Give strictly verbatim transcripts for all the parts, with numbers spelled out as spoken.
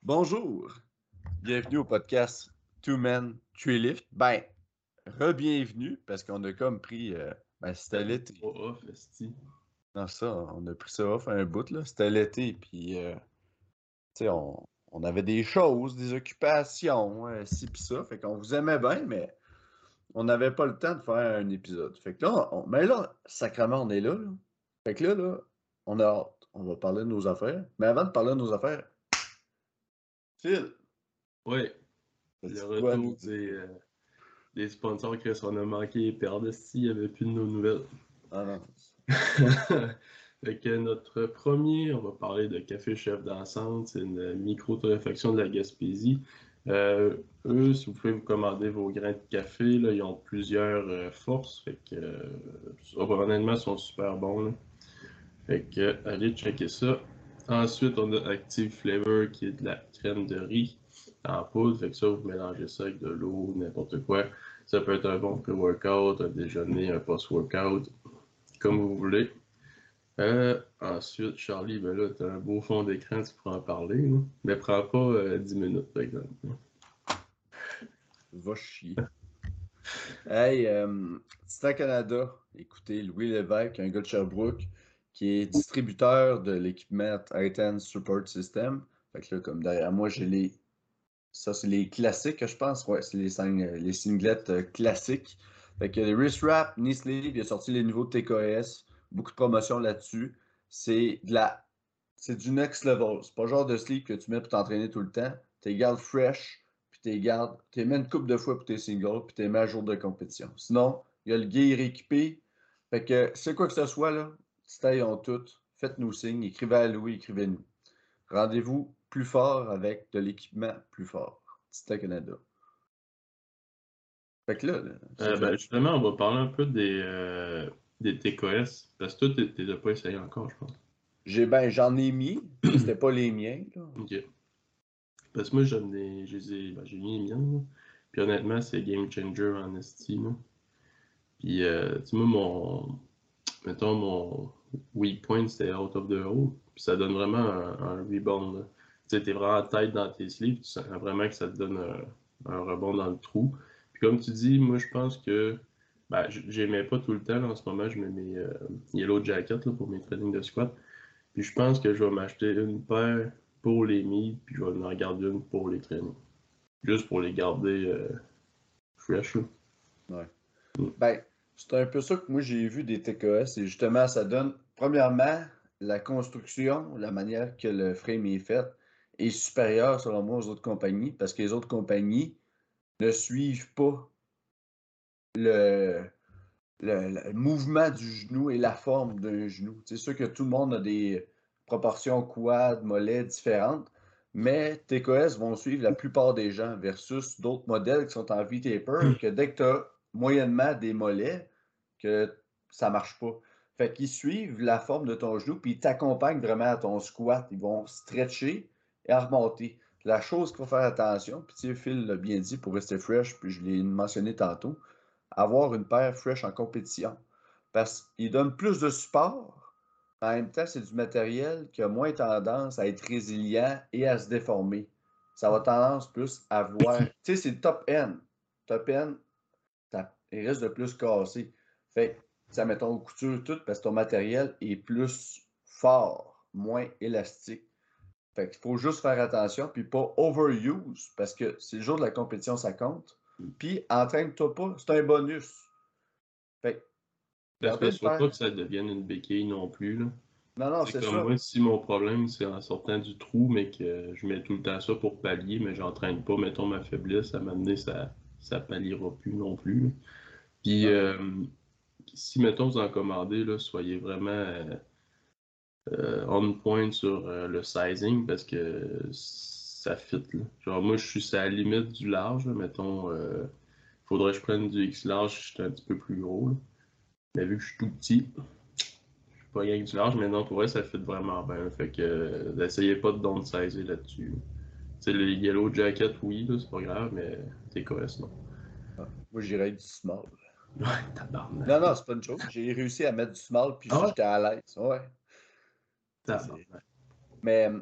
Bonjour, bienvenue au podcast Two Men, Three Lift. Ben, re-bienvenue parce qu'on a comme pris, euh, ben c'était l'été. Oh, off, esti. Non, ça, on a pris ça off un bout, là. C'était l'été, puis, euh, tu sais, on, on avait des choses, des occupations, euh, ci pis ça. Fait qu'on vous aimait bien, mais on n'avait pas le temps de faire un épisode. Fait que là, on, mais là, sacrément, on est là, là. Fait que là, là, on a hâte. On va parler de nos affaires. Mais avant de parler de nos affaires, Phil, Ouais, le as-tu quoi à nous retour dire? des, euh, des sponsors que on a manqué perdre esti, il n'y avait plus de nos nouvelles. Ah non. Fait que notre premier, on va parler de Café Chef d'Ensemble, c'est une micro-torréfaction de la Gaspésie. Euh, eux, si vous pouvez vous commander vos grains de café, là, ils ont plusieurs euh, forces, fait que euh, honnêtement, ils sont super bons. Là. Fait que allez checker ça. Ensuite, on a Active Flavor qui est de la crème de riz en poudre. Fait que ça, vous mélangez ça avec de l'eau, n'importe quoi. Ça peut être un bon pré-workout, un déjeuner, un post-workout, comme vous voulez. Euh, ensuite, Charlie, ben là, t'as un beau fond d'écran, tu pourras en parler. Là. Mais prends pas euh, dix minutes, par exemple. Va chier. Hey, euh, Titan Canada, écoutez, Louis Lévesque, un gars de Sherbrooke, qui est distributeur de l'équipement Titan Support System. Fait que là, comme derrière moi, j'ai les. Ça, c'est les classiques, je pense. Ouais, c'est les, sing- les singlets euh, classiques. Fait que les wrist wrap, knee sleeve, il a sorti les niveaux de T K S. Beaucoup de promotions là-dessus. C'est de la. C'est du next level. C'est pas le genre de sleeve que tu mets pour t'entraîner tout le temps. T'es gardes fresh, puis t'es gardes. T'es mets une coupe de fois pour tes singles, puis t'es mets à jour de compétition. Sinon, il y a le gear équipé. Fait que c'est quoi que ce soit, là, Titan, ils ont tout. Faites-nous signe, écrivez à Louis, écrivez-nous. Rendez-vous plus fort avec de l'équipement plus fort. Titan Canada. Fait que là, là, c'est Euh, quoi? ben, justement, on va parler un peu des, euh, des T K S. Parce que toi, t'es t'es pas essayé encore, je pense. J'ai ben j'en ai mis, mais c'était pas les miens, là. Ok. Parce que moi, j'en ai, je les ai- ben, j'ai mis les miennes. Là. Puis honnêtement, c'est game changer en esti. Là. Puis, euh, tu sais, moi, mon, mettons, mon weak point, c'était out of the hole. Puis ça donne vraiment un, un rebound. Là. Tu sais, t'es vraiment tête dans tes sleeves. Tu sens vraiment que ça te donne un, un rebond dans le trou. Puis comme tu dis, moi, je pense que, ben, j- j'aimais pas tout le temps. Là, en ce moment, je mets mes euh, yellow jackets là, pour mes trainings de squat. Puis je pense que je vais m'acheter une paire pour les meets, puis je vais en garder une pour les trainings. Juste pour les garder euh, fresh. Là. Ouais. Mm. Ben, c'est un peu ça que moi j'ai vu des T K S. Et justement, ça donne, premièrement, la construction, la manière que le frame est fait, est supérieure, selon moi, aux autres compagnies, parce que les autres compagnies ne suivent pas le, le, le mouvement du genou et la forme d'un genou. C'est sûr que tout le monde a des proportions quad, mollets différentes, mais T K S vont suivre la plupart des gens versus d'autres modèles qui sont en V-taper, que dès que tu as moyennement des mollets, que ça marche pas. Fait qu'ils suivent la forme de ton genou, puis ils t'accompagnent vraiment à ton squat. Ils vont stretcher et à remonter. La chose qu'il faut faire attention, puis tu sais, Phil l'a bien dit pour rester fresh, puis je l'ai mentionné tantôt, avoir une paire fresh en compétition. Parce qu'il donne plus de support. En même temps, c'est du matériel qui a moins tendance à être résilient et à se déformer. Ça va tendance plus à voir. Tu sais, c'est le top N. Top N, ça, il risque de plus casser. Fait que, ça mettons aux coutures tout parce que ton matériel est plus fort, moins élastique. Fait qu'il faut juste faire attention, puis pas overuse, parce que c'est le jour de la compétition, ça compte. Puis entraîne-toi pas, c'est un bonus. Fait que, Parce que gardez une faut pas paire. que ça devienne une béquille non plus. Là. Non, non, C'est c'est comme ça. moi, si mon problème c'est en sortant du trou, mais que je mets tout le temps ça pour pallier, mais j'entraîne pas, mettons ma faiblesse, à m'amener, ça, ça palliera plus non plus. Là. Puis Non. euh, si mettons vous en commandez, là, soyez vraiment euh, euh, on point sur euh, le sizing parce que ça fit. Là. Genre moi je suis à la limite du large, là, mettons euh, faudrait que je prenne du X large, je suis un petit peu plus gros. Là. Mais vu que je suis tout petit, pas rien que du large, mais non, pour vrai, ça fit vraiment bien. Fait que, euh, n'essayez pas de downsizer là-dessus. Tu sais, les yellow jackets, oui, là, c'est pas grave, mais t'es correct, non. Ah, moi, j'irais du small. Ouais, tabarnak. Non, non, c'est pas une chose. J'ai réussi à mettre du small, puis Ah ouais? j'étais à l'aise. Ouais. Tu sais, c'est- Tabarnak. Mais euh,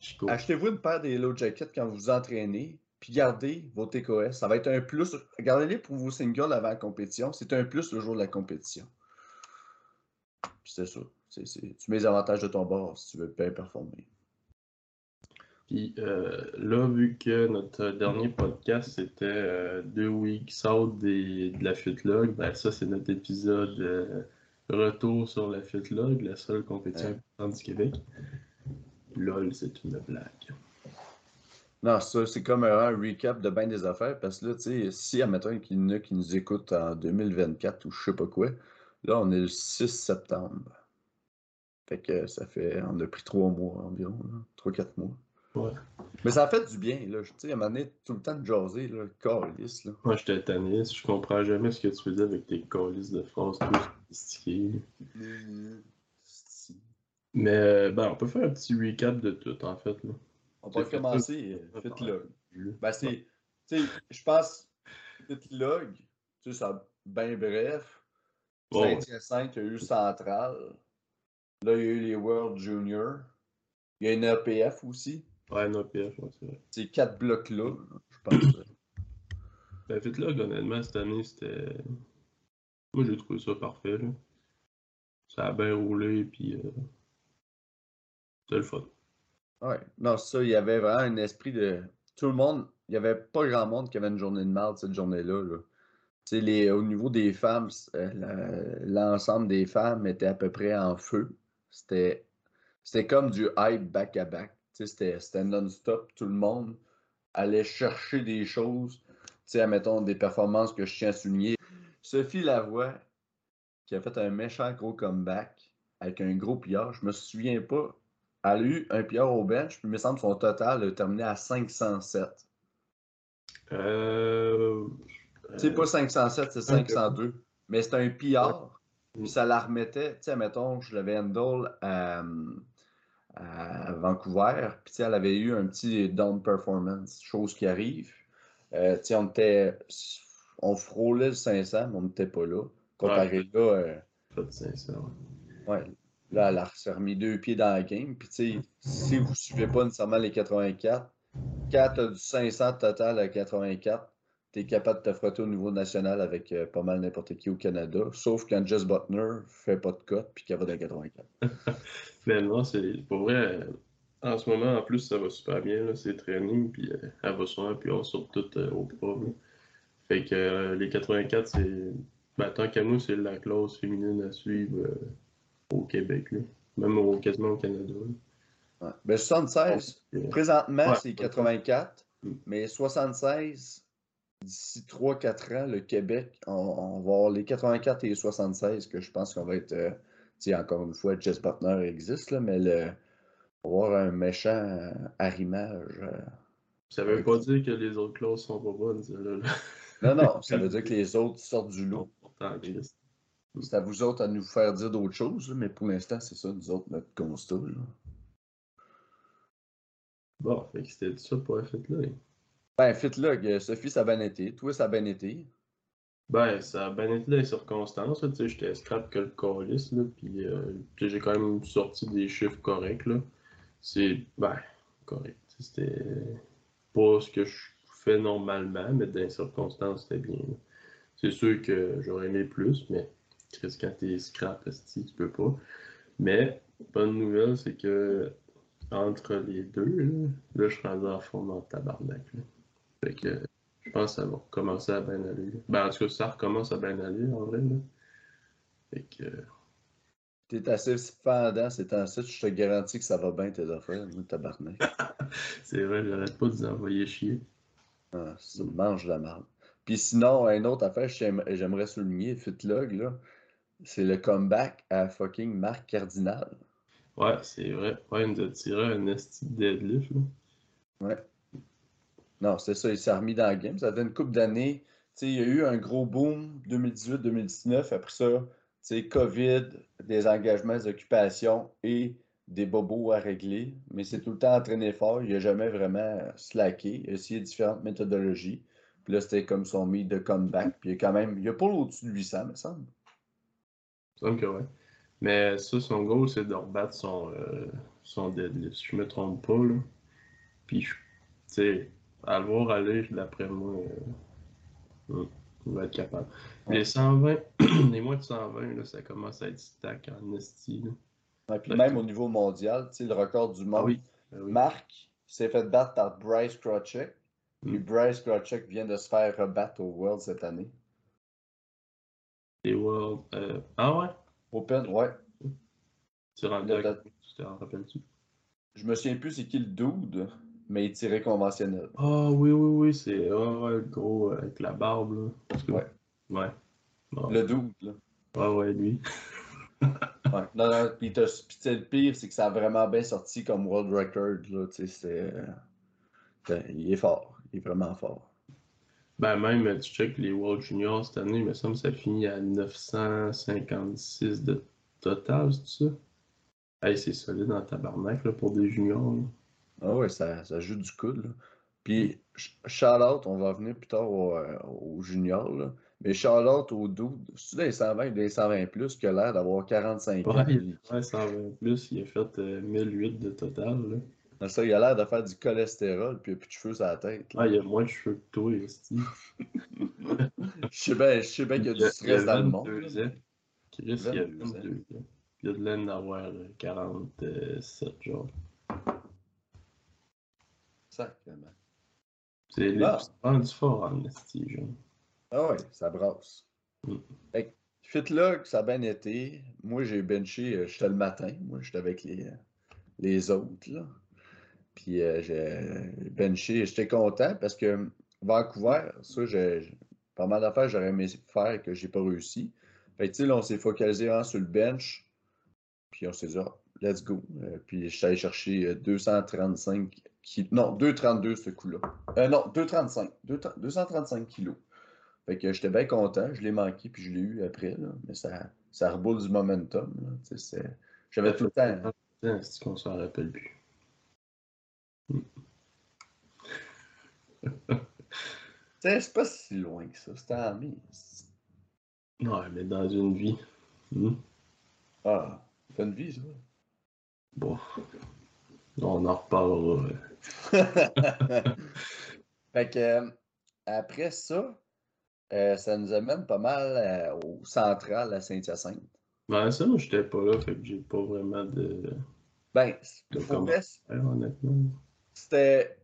Chico. Achetez-vous une paire des Low Jacket quand vous vous entraînez, puis gardez vos T K S. Ça va être un plus. Gardez-les pour vos singles avant la compétition. C'est un plus le jour de la compétition. Puis c'est ça. C'est, c'est... Tu mets les avantages de ton bord si tu veux bien performer. Puis euh, là, vu que notre dernier podcast c'était euh, deux weeks out des, de la FitLog, ben ça c'est notre épisode euh, retour sur la FitLog, la seule compétition Ouais. importante du Québec. Lol, c'est une blague. Non, ça, c'est comme un, un recap de bien des affaires, parce que là, tu sais, si, admettons qu'il y en a qui nous écoutent en deux mille vingt-quatre ou je sais pas quoi, là, on est le six septembre. Fait que ça fait, on a pris trois mois environ, là, trois, quatre mois. Ouais. Mais ça a fait du bien, là. Tu sais, à un moment donné, tout le temps de jaser, là, câlisse, là. Moi, j'étais tanné, je comprends jamais ce que tu faisais avec tes calices de phrases tout sophistiquées. Mais euh, ben, on peut faire un petit recap de tout, en fait. Là. On J'ai va fait ça. commencer, euh, FitLog. Ben, c'est, tu sais, je pense, FitLog, tu sais, ça, ben bref, Bon, Saint-Hyacinthe, il y a eu Central. Là, il y a eu les World Junior. Il y a une E P F aussi. ouais, non, pire, ouais, c'est vrai. Ces quatre blocs-là, je pense. Ben, fait là, honnêtement, cette année, c'était. Moi, j'ai trouvé ça parfait, là. Ça a bien roulé, puis euh, c'était le fun. Ouais. Non, ça, il y avait vraiment un esprit de. Tout le monde, il n'y avait pas grand monde qui avait une journée de marde cette journée-là. Là. Tu sais, les, au niveau des femmes, euh, la- l'ensemble des femmes était à peu près en feu. C'était, c'était comme du hype back-à-back. Tu sais, c'était, c'était non-stop. Tout le monde allait chercher des choses. Tu sais, admettons, des performances que je tiens à souligner. Sophie Lavoie, qui a fait un méchant gros comeback avec un gros pillard. Je me souviens pas. Elle a eu un pillard au bench, puis il me semble que son total a terminé à cinq cent sept. Euh. Tu sais, euh pas cinq cent sept, c'est un cinq que- cent deux. Mais c'était un ouais. pillard, puis ça la remettait. Tu sais, mettons, je l'avais handle à, à Vancouver, puis tu sais, elle avait eu un petit down performance, chose qui arrive. Euh, tu sais, on était. On frôlait le cinq cents, mais on n'était pas là. Ouais, Comparé là. euh, pas de sincère. Ouais, là, elle a s'est remis deux pieds dans la game. Puis, tu sais, si vous ne suivez pas nécessairement les quatre-vingt-quatre, quand tu as du cinq cents total à quatre-vingt-quatre, tu es capable de te frotter au niveau national avec euh, pas mal n'importe qui au Canada, sauf quand Jess Butner fait pas de cote puis qu'elle va dans quatre-vingt-quatre. Mais non, c'est pour vrai. euh, En ce moment, en plus, ça va super bien, là, c'est training, puis euh, elle va souvent, puis on sort tout euh, au pro. Là. Fait que euh, les quatre-vingt-quatre, c'est. Ben, tant qu'à nous, c'est la classe féminine à suivre euh, au Québec, là. Même au, quasiment au Canada. Là. Ouais. Ben, Donc, soixante-seize, euh, présentement, ouais, c'est pas le temps. quatre-vingt-quatre, Mm. mais soixante-seize, d'ici trois quatre ans, le Québec, on, on va avoir les quatre-vingt-quatre et les soixante-seize, que je pense qu'on va être. Euh, tu sais, encore une fois, Jess Butner existe, là, mais le, avoir un méchant euh, arrimage euh, Ça veut avec pas ça. dire que les autres classes sont pas bonnes, ça, là. Non, non, ça veut Juste dire que les autres sortent du lot. sont pourtant en Et Christ. Mm. c'est à vous autres à nous faire dire d'autres choses, là, mais pour l'instant, c'est ça, nous autres, notre constat. Là. Bon, fait que c'était tout ça pour la fête là. Ben, Fitlog, euh, Sophie, ça a bien été. Toi, ça a bien été. Ben, ça a bien été dans les circonstances, là, tu sais, j'étais scrap que le calice, là, puis euh, tu sais, j'ai quand même sorti des chiffres corrects, là. C'est, ben, correct. C'était pas ce que je fais normalement, mais dans les circonstances, c'était bien. Là. C'est sûr que j'aurais aimé plus, mais Chris, quand t'es scrap, esti, tu peux pas. Mais, bonne nouvelle, c'est que entre les deux, là, là, je suis rendu à fond dans le tabarnak. Là. Fait que je pense que ça va commencer à bien aller. Là. Ben, en tout cas, ça recommence à bien aller, en vrai. Là. Fait que, T'es assez fendant ces temps-ci, je te garantis que ça va bien tes affaires, nous, tabarnak. c'est vrai, j'arrête pas de vous envoyer chier. Ah, ça mange de la merde. Puis sinon, une autre affaire, j'aime- j'aimerais souligner, Fitlog, là, c'est le comeback à fucking Marc Cardinal. Ouais, c'est vrai. Ouais, il nous a tiré un esti de deadlift, là. Ouais. Non, c'est ça, il s'est remis dans le game. Ça fait une couple d'années. Tu sais, il y a eu un gros boom deux mille dix-huit deux mille dix-neuf. Après ça, tu sais, COVID, des engagements d'occupation et des bobos à régler. Mais c'est tout le temps entraîné fort. Il n'a jamais vraiment slacké. Il a essayé différentes méthodologies. Puis là, c'était comme son meet de comeback. Puis il a quand même, il a pas au-dessus de huit cents, me semble. Il me semble que ouais. Mais ça, son goal, c'est de rebattre son, euh, son deadlift, si je me trompe pas, là. Puis, tu sais, à le voir aller, d'après moi, euh, il va être capable. Ouais. Les cent vingt, les moins de cent vingt, là, ça commence à être stack en esti. Là. Ouais, puis Parce que, même au niveau mondial, tu sais, le record du ah monde, oui, ah oui. Marc s'est fait battre par Bryce Krocek. Puis Mm. Bryce Krocek vient de se faire rebattre au World cette année. Les World. euh, Ah ouais? Open, ouais. Tu es rendu Le à date- combien? Tu t'en rappelles-tu? Je me souviens plus c'est qui le dude, mais il tirait conventionnel. Ah oui, oui, oui, c'est ah, ouais, le gros euh, avec la barbe, là. En tout cas, Ouais. ouais. Ah, Le dude, là. ouais, ouais, lui. Ouais. Non, non, puis t'as- puis tu sais, le pire, c'est que ça a vraiment bien sorti comme world record, là. Tu sais, c'est. euh, c'est- Il est fort. Il est vraiment fort. Ben même, tu check les World Juniors cette année, il me semble que ça finit à neuf cent cinquante-six de total, c'est ça? Hey, c'est solide en tabarnak là, pour des juniors. Là. Ah ouais, ça, ça joue du coude, là. Mm. Puis, sh- shout-out, on va revenir plus tard au, euh, au junior, là. Mais shout-out au dude, c'est-tu des cent vingt ou des cent vingt plus qui a l'air d'avoir quarante-cinq Ouais, ans, il puis ouais, cent vingt plus, il a fait euh, mille huit de total. Là. qui- ça, il a l'air de faire du cholestérol, puis il a plus de cheveux sur la tête, là. Ah, il a moins de cheveux que toi, esti. Je sais bien, je sais bien qu'il y a Il du a, il a stress dans le monde, là, vingt-deux ans. mais Chris, il a vingt-deux ans. vingt-deux ans. Il a de l'aine d'avoir euh, quarante-sept, genre. Sacrément. C'est les Bon, c'est rendu fort en esti, genre. ah ouais, ça brasse. Mm. Fait que, fit là, que ça a bien été. Moi, j'ai benché, euh, j'étais le matin. Moi, j'étais avec les, euh, les autres, là. Puis euh, j'ai benché, j'étais content parce que Vancouver, ça, j'ai j'ai- pas mal d'affaires que j'aurais aimé faire que j'ai pas réussi. Fait que, tu sais, là, on s'est focalisé vraiment sur le bench, puis on s'est dit, ah, let's go. Euh, puis je suis allé chercher euh, deux cent trente-cinq kilos. Non, deux cent trente-deux ce coup-là. Euh, non, deux cent trente-cinq. deux- deux cent trente-cinq kilos. Fait que j'étais bien content, je l'ai manqué, puis je l'ai eu après, là. Mais ça, ça reboule du momentum, là. Tu sais, c'est- Ça J'avais tout fait le temps. tellement longtemps esti, qu'on s'en rappelle plus. Mm. Tu sais, c'est pas si loin que ça. C'était en mai. Ouais, mais dans une vie. Mm. Ah, fais une vie, ça. Bon, on en reparlera. Fait que, euh, après ça, euh, ça nous amène pas mal euh, au central à Saint-Hyacinthe. Ben, ça, moi, j'étais pas là, fait que j'ai pas vraiment de, Ben, c- de pour vrai, commentaires, honnêtement. c'était,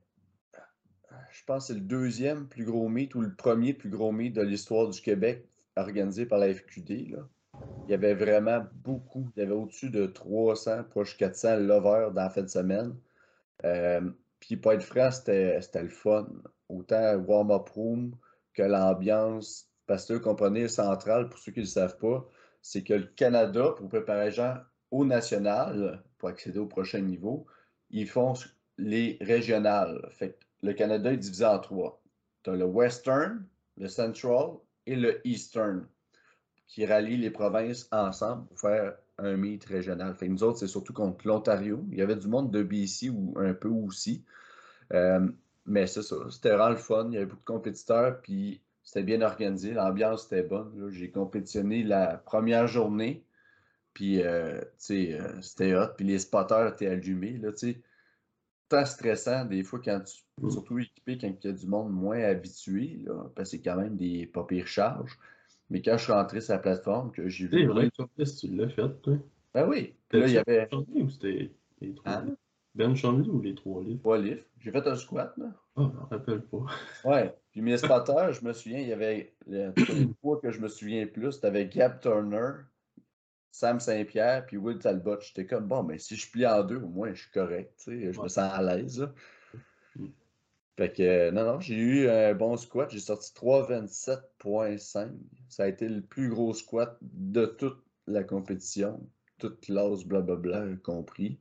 je pense, que c'est le deuxième plus gros meet ou le premier plus gros meet de l'histoire du Québec organisé par la F Q D, là. Il y avait vraiment beaucoup. Il y avait au-dessus de trois cents, proche quatre cents lovers dans la fin de semaine. Euh, Puis, pour être franc, c'était c'était le fun. Autant warm-up room que l'ambiance. Parce que, comprenez, le central, pour ceux qui ne le savent pas, c'est que le Canada, pour préparer les gens au national, pour accéder au prochain niveau, ils font les régionales. Fait que le Canada est divisé en trois. Tu as le Western, le Central et le Eastern qui rallient les provinces ensemble pour faire un meet régional. Fait que nous autres, c'est surtout contre l'Ontario. Il y avait du monde de B C ou un peu aussi. Euh, mais c'est ça, c'était vraiment le fun. Il y avait beaucoup de compétiteurs, puis c'était bien organisé. L'ambiance était bonne. Là. J'ai compétitionné la première journée, puis euh, tu sais, euh, c'était hot. Puis les spotters étaient allumés. Là, tu sais, tant stressant des fois quand tu, Mm. surtout équipé quand il y a du monde moins habitué, là, parce que c'est quand même des pas pires charges. Mais quand je suis rentré sur la plateforme, que j'ai vu C'est plein vrai, de... toi, qu'est-ce que tu l'as fait, toi? Ben oui, puis là, il y T'as-tu avait... Ben Chambly ou c'était les trois livres? Hein? Ben Chambly ou les trois livres? Trois livres. J'ai fait un squat, là. Ah, je m'en rappelle pas. Ouais. Puis mes spotters, je me souviens, il y avait... les- En tout cas, les trois que je me souviens plus, t'avais Gab Turner, Sam Saint-Pierre, puis Will Talbot. J'étais comme, bon, mais si je plie en deux, au moins, je suis correct, tu sais. Je me Ouais. sens à l'aise, là. Mm. Fait que, euh, non, non, j'ai eu un bon squat. J'ai sorti trois vingt-sept virgule cinq. Ça a été le plus gros squat de toute la compétition. Toute classe, blablabla, compris.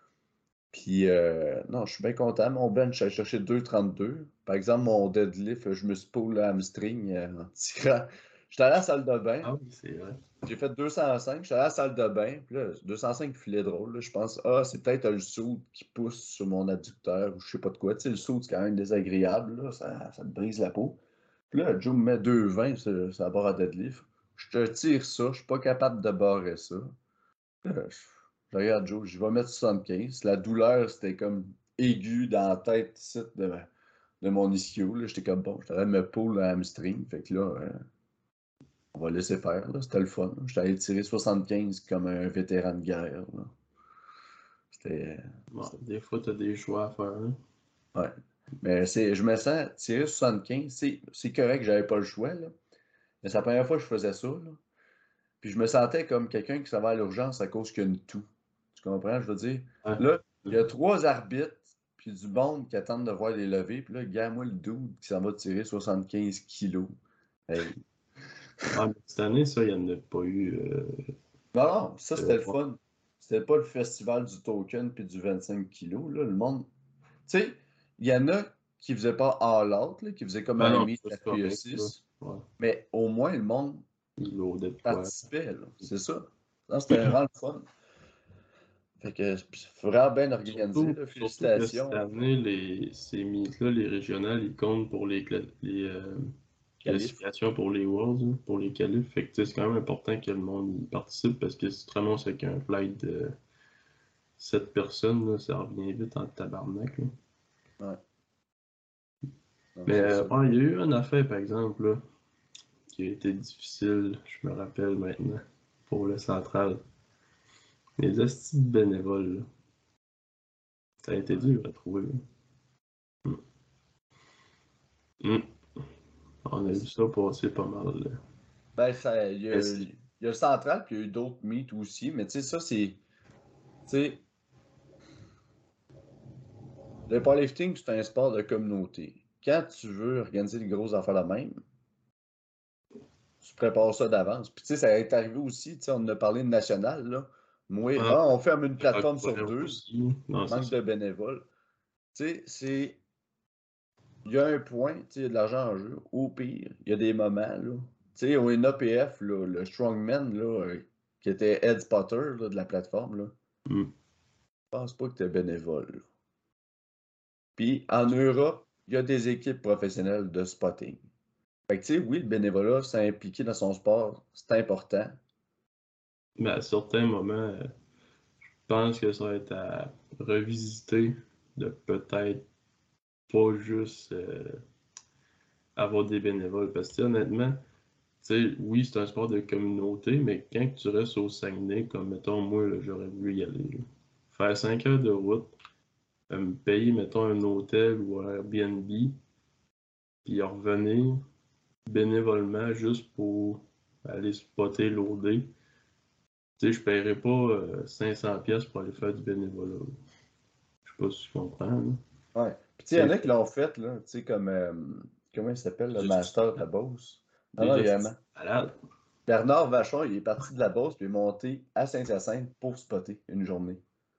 Puis, euh, non, je suis bien content. Mon bench, j'ai cherché deux virgule trente-deux. Par exemple, mon deadlift, je me suis pull le hamstring euh, en tirant. J'étais à la salle de bain. Ah oui, c'est vrai. J'ai fait deux cent cinq. J'étais à la salle de bain. Puis là, deux cent cinq filets drôle. Là, je pense, ah, c'est peut-être le soude qui pousse sur mon adducteur ou je sais pas de quoi. Tu sais, le soude, c'est quand même désagréable. Là, ça, ça te brise la peau. Puis là, Joe me met deux vingt sur, sur la barre à deadlift. Je te tire ça. Je suis pas capable de barrer ça. Là, je, je regarde Joe. Je vais mettre soixante-quinze. La douleur, c'était comme aigu dans la tête ici de, de mon ischio. Là. J'étais comme bon, je devrais me pull un hamstring. Fait que là, euh, on va laisser faire. Là. C'était le fun. Là. J'étais allé tirer soixante-quinze comme un vétéran de guerre. Là. C'était. Bon, des fois, tu as des choix à faire. Hein. Ouais. Mais c'est, je me sens tirer soixante-quinze. C'est, c'est correct que j'avais pas le choix. Là. Mais c'est la première fois que je faisais ça. Là. Puis je me sentais comme quelqu'un qui s'en va à l'urgence à cause qu'il y a une toux. Tu comprends? Je veux dire, Ouais. là, il y a trois arbitres, puis du monde qui attendent de voir les levées, puis là, gars-moi le dude qui s'en va tirer soixante-quinze kilos. Hey. Ah, mais cette année, ça, il n'y en a pas eu. Euh, Non, non, ça c'était euh, le fun. C'était pas le festival du token puis du vingt-cinq kilos, là, le monde. Tu sais, il y en a qui faisaient pas all out, là, qui faisaient comme Ah un non, meet ça, c'est F P E correct. Là. six, Ouais. mais au moins le monde Il loadait de quoi. participait, là. C'est ça. Non, c'était vraiment le fun. Fait que c'est vraiment bien organisé, Surtout, là. surtout que cette Félicitations. année, les, ces meets-là, les régionales, ils comptent pour les, cla- les euh, Calif. classifications pour les Worlds, hein, pour les qualifs. Fait que tu sais, c'est quand même important que le monde y participe parce que si tu te ramasses avec un flight de sept personnes, là, ça revient vite en tabarnak. Là. Ouais. Non, Mais c'est euh, ça. ouais, il y a eu un affaire, par exemple, là, qui a été difficile, je me rappelle maintenant, pour le central. Les hosties de bénévoles, là, ça a été dur à trouver. Là. Mm. Mm. On a vu ça passer pas mal. Là. Ben, ça, il y Mais a, c'est- il y a le central, puis il y a eu d'autres meets aussi, mais tu sais, ça, c'est. Tu sais, le powerlifting, c'est un sport de communauté. Quand tu veux organiser des grosses affaires la même, tu prépares ça d'avance. Puis, tu sais, ça est arrivé aussi, tu sais, on en a parlé de national, là. Moi, Ah, ah, on ferme une le plateforme sur Rockfire deux, aussi. Non, c'est manque ça. de bénévoles. Tu sais, c'est. Il y a un point, tu sais, il y a de l'argent en jeu. Au pire, il y a des moments, là. Tu sais, au N A P F, là, le Strongman, là, euh, qui était Ed Spotter, là, de la plateforme, là, Mm. je pense pas que tu es bénévole. Là. Puis, en Europe, il y a des équipes professionnelles de spotting. Fait que, tu sais, oui, le bénévolat, c'est impliqué dans son sport, c'est important. Mais à certains moments, euh, je pense que ça va être à revisiter de peut-être pas juste euh, avoir des bénévoles. Parce que honnêtement, tu sais, oui, c'est un sport de communauté, mais quand tu restes au Saguenay, comme mettons moi, là, j'aurais voulu y aller. Là. Faire cinq heures de route, euh, me payer, mettons, un hôtel ou un Airbnb, puis revenir bénévolement juste pour aller spotter l'O D. Tu sais, je paierais pas euh, cinq cents pièces pour aller faire du bénévolat. Je sais pas si tu comprends. Là. Ouais. Puis, tu sais, il y C'est en a qui l'ont fait, là, tu sais, comme, euh, comment il s'appelle, le des master hosties de la Beauce. Non, des non, il y a hosties un- malades. Bernard Vachon, il est parti de la Beauce, puis il est monté à Saint-Hyacinthe pour spotter une journée.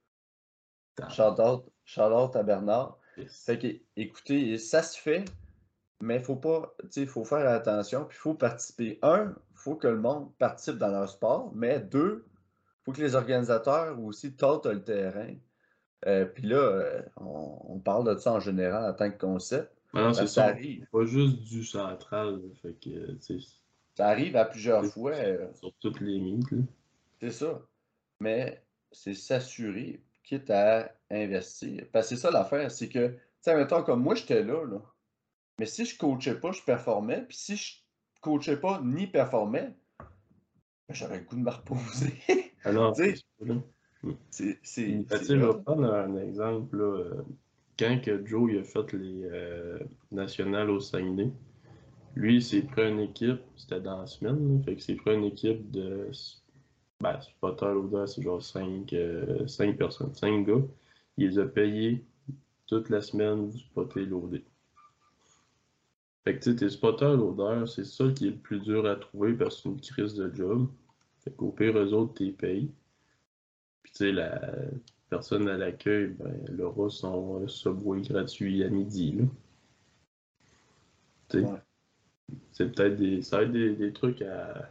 Shout-out, shout-out à Bernard. Fait que, écoutez, ça se fait, mais faut pas, tu sais, faut faire attention, puis il faut participer. Un, faut que le monde participe dans leur sport, mais deux, faut que les organisateurs aussi tentent le terrain. Euh, puis là, euh, on, on parle de ça en général en tant que concept, Mais non, c'est parce que ça, ça on arrive. parle pas juste du central. Là. Fait que, tu sais, Ça arrive à plusieurs c'est fois, euh, sur toutes les mythes. Là. c'est ça. Mais c'est s'assurer, quitte à investir. Parce que c'est ça l'affaire, c'est que, tu sais, mettons, comme moi, j'étais là, là. Mais si je coachais pas, je performais. Puis si je coachais pas ni performais, ben, j'aurais le goût de me reposer. Ah non, Tu c'est sais, ça. Là. Mm. c'est Ben, c'est- tu c'est sais, je vais là. prendre un exemple. Là, euh, quand que Joe il a fait les euh, nationales au Saguenay, lui, il s'est pris une équipe, c'était dans la semaine, là, fait que s'est pris une équipe de ben, spotter loader, c'est genre cinq personnes, cinq gars. Il les a payés toute la semaine du spotter loader. Fait que tu sais, tes spotters loaders, c'est ça qui est le plus dur à trouver parce que c'est une crise de job. Fait qu'au pire, eux autres, t'es payes. Puis tu sais, la personne à l'accueil, ben, elle aura son euh, Subway gratuit à midi, là. Tu sais, Ouais. c'est peut-être des, ça va être des, des trucs à,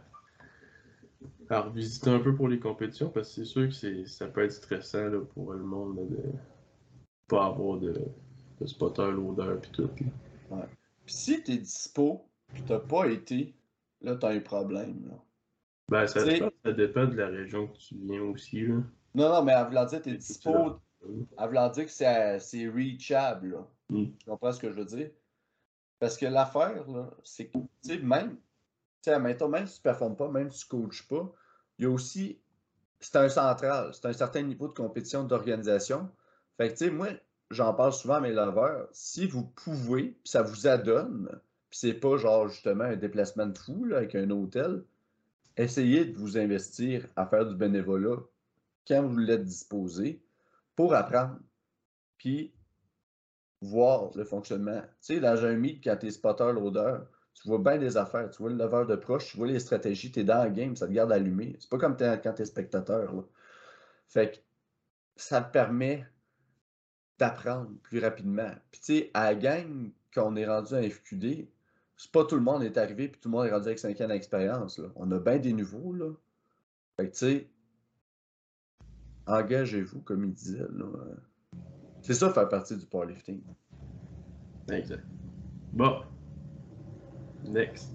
à revisiter un peu pour les compétitions parce que c'est sûr que c'est, ça peut être stressant là, pour le monde là, de pas avoir de, de spotter loader puis tout. Là. Ouais. Puis si t'es dispo, puis t'as pas été, là, t'as un problème, là. Ben, Tu ça, je pense sais, que ça dépend de la région que tu viens aussi, là. non, non, mais en voulant dire, t'es C'est difficile à dispo, Elle voulant dire que c'est, c'est reachable, là. Mm. Tu comprends ce que je veux dire? Parce que l'affaire, là, c'est que, tu sais, même, tu sais, admettons, même si tu ne performes pas, même si tu ne coaches pas, il y a aussi, c'est un central, c'est un certain niveau de compétition d'organisation. Fait que, tu sais, moi, j'en parle souvent à mes lovers, si vous pouvez, puis ça vous adonne, puis c'est pas genre justement un déplacement de fou là, avec un hôtel, essayez de vous investir à faire du bénévolat quand vous l'êtes disposé pour apprendre, puis voir le fonctionnement. Tu sais, dans un meet, quand t'es spotter l'odeur, tu vois bien des affaires, tu vois le lever de proche, tu vois les stratégies, t'es dans le game, ça te garde allumé. C'est pas comme t'es- quand t'es spectateur, là. Fait que ça te permet d'apprendre plus rapidement. Puis tu sais, à la gang, quand on est rendu à F Q D, c'est pas tout le monde est arrivé puis tout le monde est rendu avec cinq ans d'expérience, là. On a bien des nouveaux, là. Fait que tu sais, engagez-vous, comme il disait, là. C'est ça, faire partie du powerlifting. Exact. Bon. Next.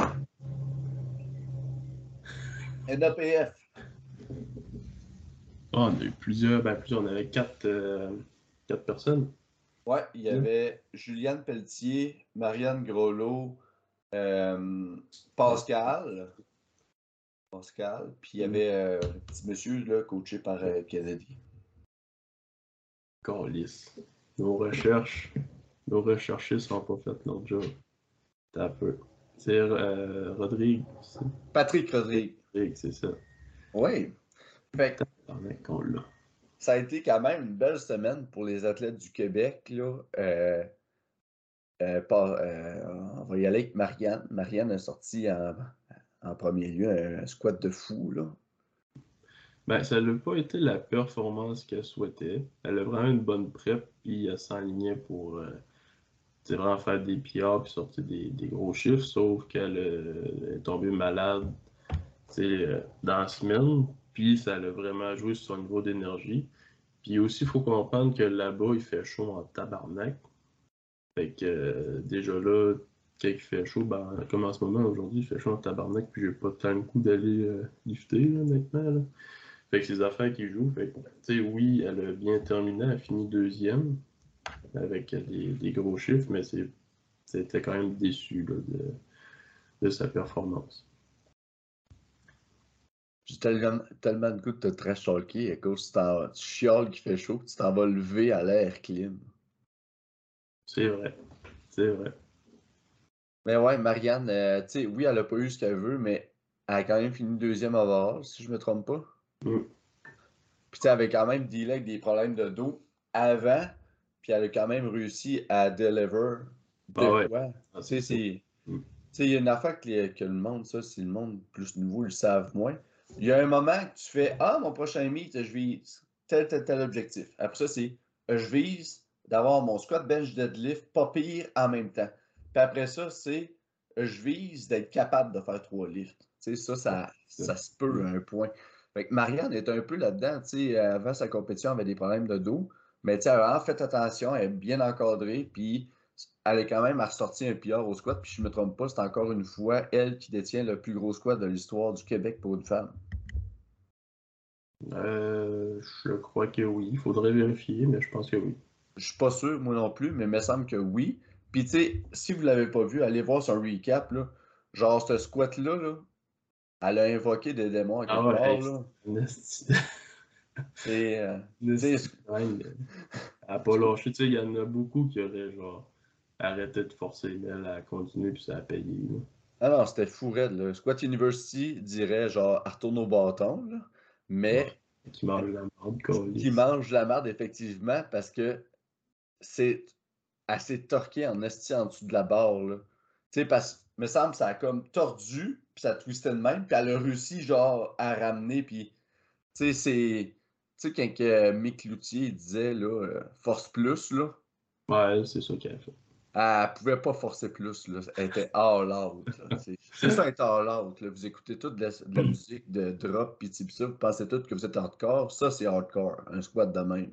N A P F. Oh, on a eu plusieurs, ben plusieurs, on avait quatre, euh, quatre personnes. Ouais, il y avait Juliane Pelletier, Marianne Groslo, euh, Pascal. Pascal, puis il y avait euh, le petit monsieur là, coaché par euh, Kennedy. Calice. Nos recherches, nos recherchistes sont pas faites notre job. T'as un peu. C'est euh, Rodrigue. c'est- Patrick Rodrigue. Rodrigue, c'est ça. Oui. Fait que Tabarnak qu'on l'a. ça a été quand même une belle semaine pour les athlètes du Québec. Là. Euh, euh, par- euh, on va y aller avec Marianne. Marianne a sorti en, en premier lieu un squat de fou. Là. Ben, ça n'a pas été la performance qu'elle souhaitait. Elle a vraiment une bonne prep, puis elle s'enlignait pour euh, tu sais, vraiment faire des P R puis sortir des, des gros chiffres, sauf qu'elle euh, est tombée malade tu sais, euh, dans la semaine, puis ça a vraiment joué sur son niveau d'énergie. Puis aussi, il faut comprendre que là-bas, il fait chaud en tabarnak. Fait que euh, déjà là, quand il fait chaud, ben, comme en ce moment, aujourd'hui, il fait chaud en tabarnak, puis j'ai pas tant le coup d'aller euh, lifter, là, honnêtement. Là. Fait que c'est des affaires qui jouent. Fait que, tu sais, oui, elle a bien terminé, elle a fini deuxième avec des, des gros chiffres, mais c'est, c'était quand même déçu là, de, de sa performance. J'ai tellement, tellement de goût de te trash talker à cause que tu, t'en- tu chiales qu'il fait chaud que tu t'en vas lever à l'air clim. C'est vrai, c'est vrai. Mais ouais, Marianne, euh, tu sais, oui, elle a pas eu ce qu'elle veut, mais elle a quand même fini deuxième overall, si je me trompe pas. Mm. Puis tu sais, elle avait quand même dealé avec des problèmes de dos avant, puis elle a quand même réussi à deliver Ah de ouais, quoi. Tu ah, c'est sais, ça. c'est. Mm. Tu sais, il y a une affaire que, les- que le monde, ça, si le monde plus nouveau le savent moins. Il y a un moment que tu fais ah, mon prochain meet, je vise tel, tel, tel objectif. Après ça, c'est je vise d'avoir mon squat bench deadlift pas pire en même temps. Puis après ça, c'est je vise d'être capable de faire trois lifts. Tu sais, ça, ça, Ça. ça se peut à un point. Fait que Marianne est un peu là-dedans. Tu sais, avant sa compétition, elle avait des problèmes de dos. Mais tu sais, elle a vraiment fait attention, elle est bien encadrée, puis elle est quand même ressorti un P R au squat, puis je me trompe pas, c'est encore une fois elle qui détient le plus gros squat de l'histoire du Québec pour une femme. Euh, je crois que oui. Il faudrait vérifier, mais je pense que oui. Je suis pas sûr, moi non plus, mais il me semble que oui. Puis tu sais, si vous l'avez pas vu, allez voir son recap, là. Genre, ce squat-là, là, elle a invoqué des démons à Ah quelque ouais, part, hey, là. c'est une esti- C'est... euh, une tu esti sais, de grind. Elle a pas lâché. Tu sais, il y en a beaucoup qui auraient genre arrêté de forcer, mais elle a continué puis ça a payé. Là. ah non, c'était fou raide, là. Squat University dirait, genre, elle retourne au bâton, là. Ouais. Mais Qui mange la merde, qui câlisse. mange la merde, effectivement, parce que c'est assez torqué en esti en dessous de la barre, là. Tu sais, parce que, me semble, ça a comme tordu, puis ça twistait de même, puis elle a réussi, genre, à ramener, puis, tu sais, c'est... Tu sais, quand que Mick Cloutier disait, là, euh, force plus, là, Ouais, c'est ça qu'elle a fait. elle pouvait pas forcer plus, là. Elle était all out, là. C'est c'est ça, être all out, là. Vous écoutez toute de la, de la musique de drop, pis pis ça, vous pensez tout que vous êtes hardcore. Ça, c'est hardcore. Un squat de même.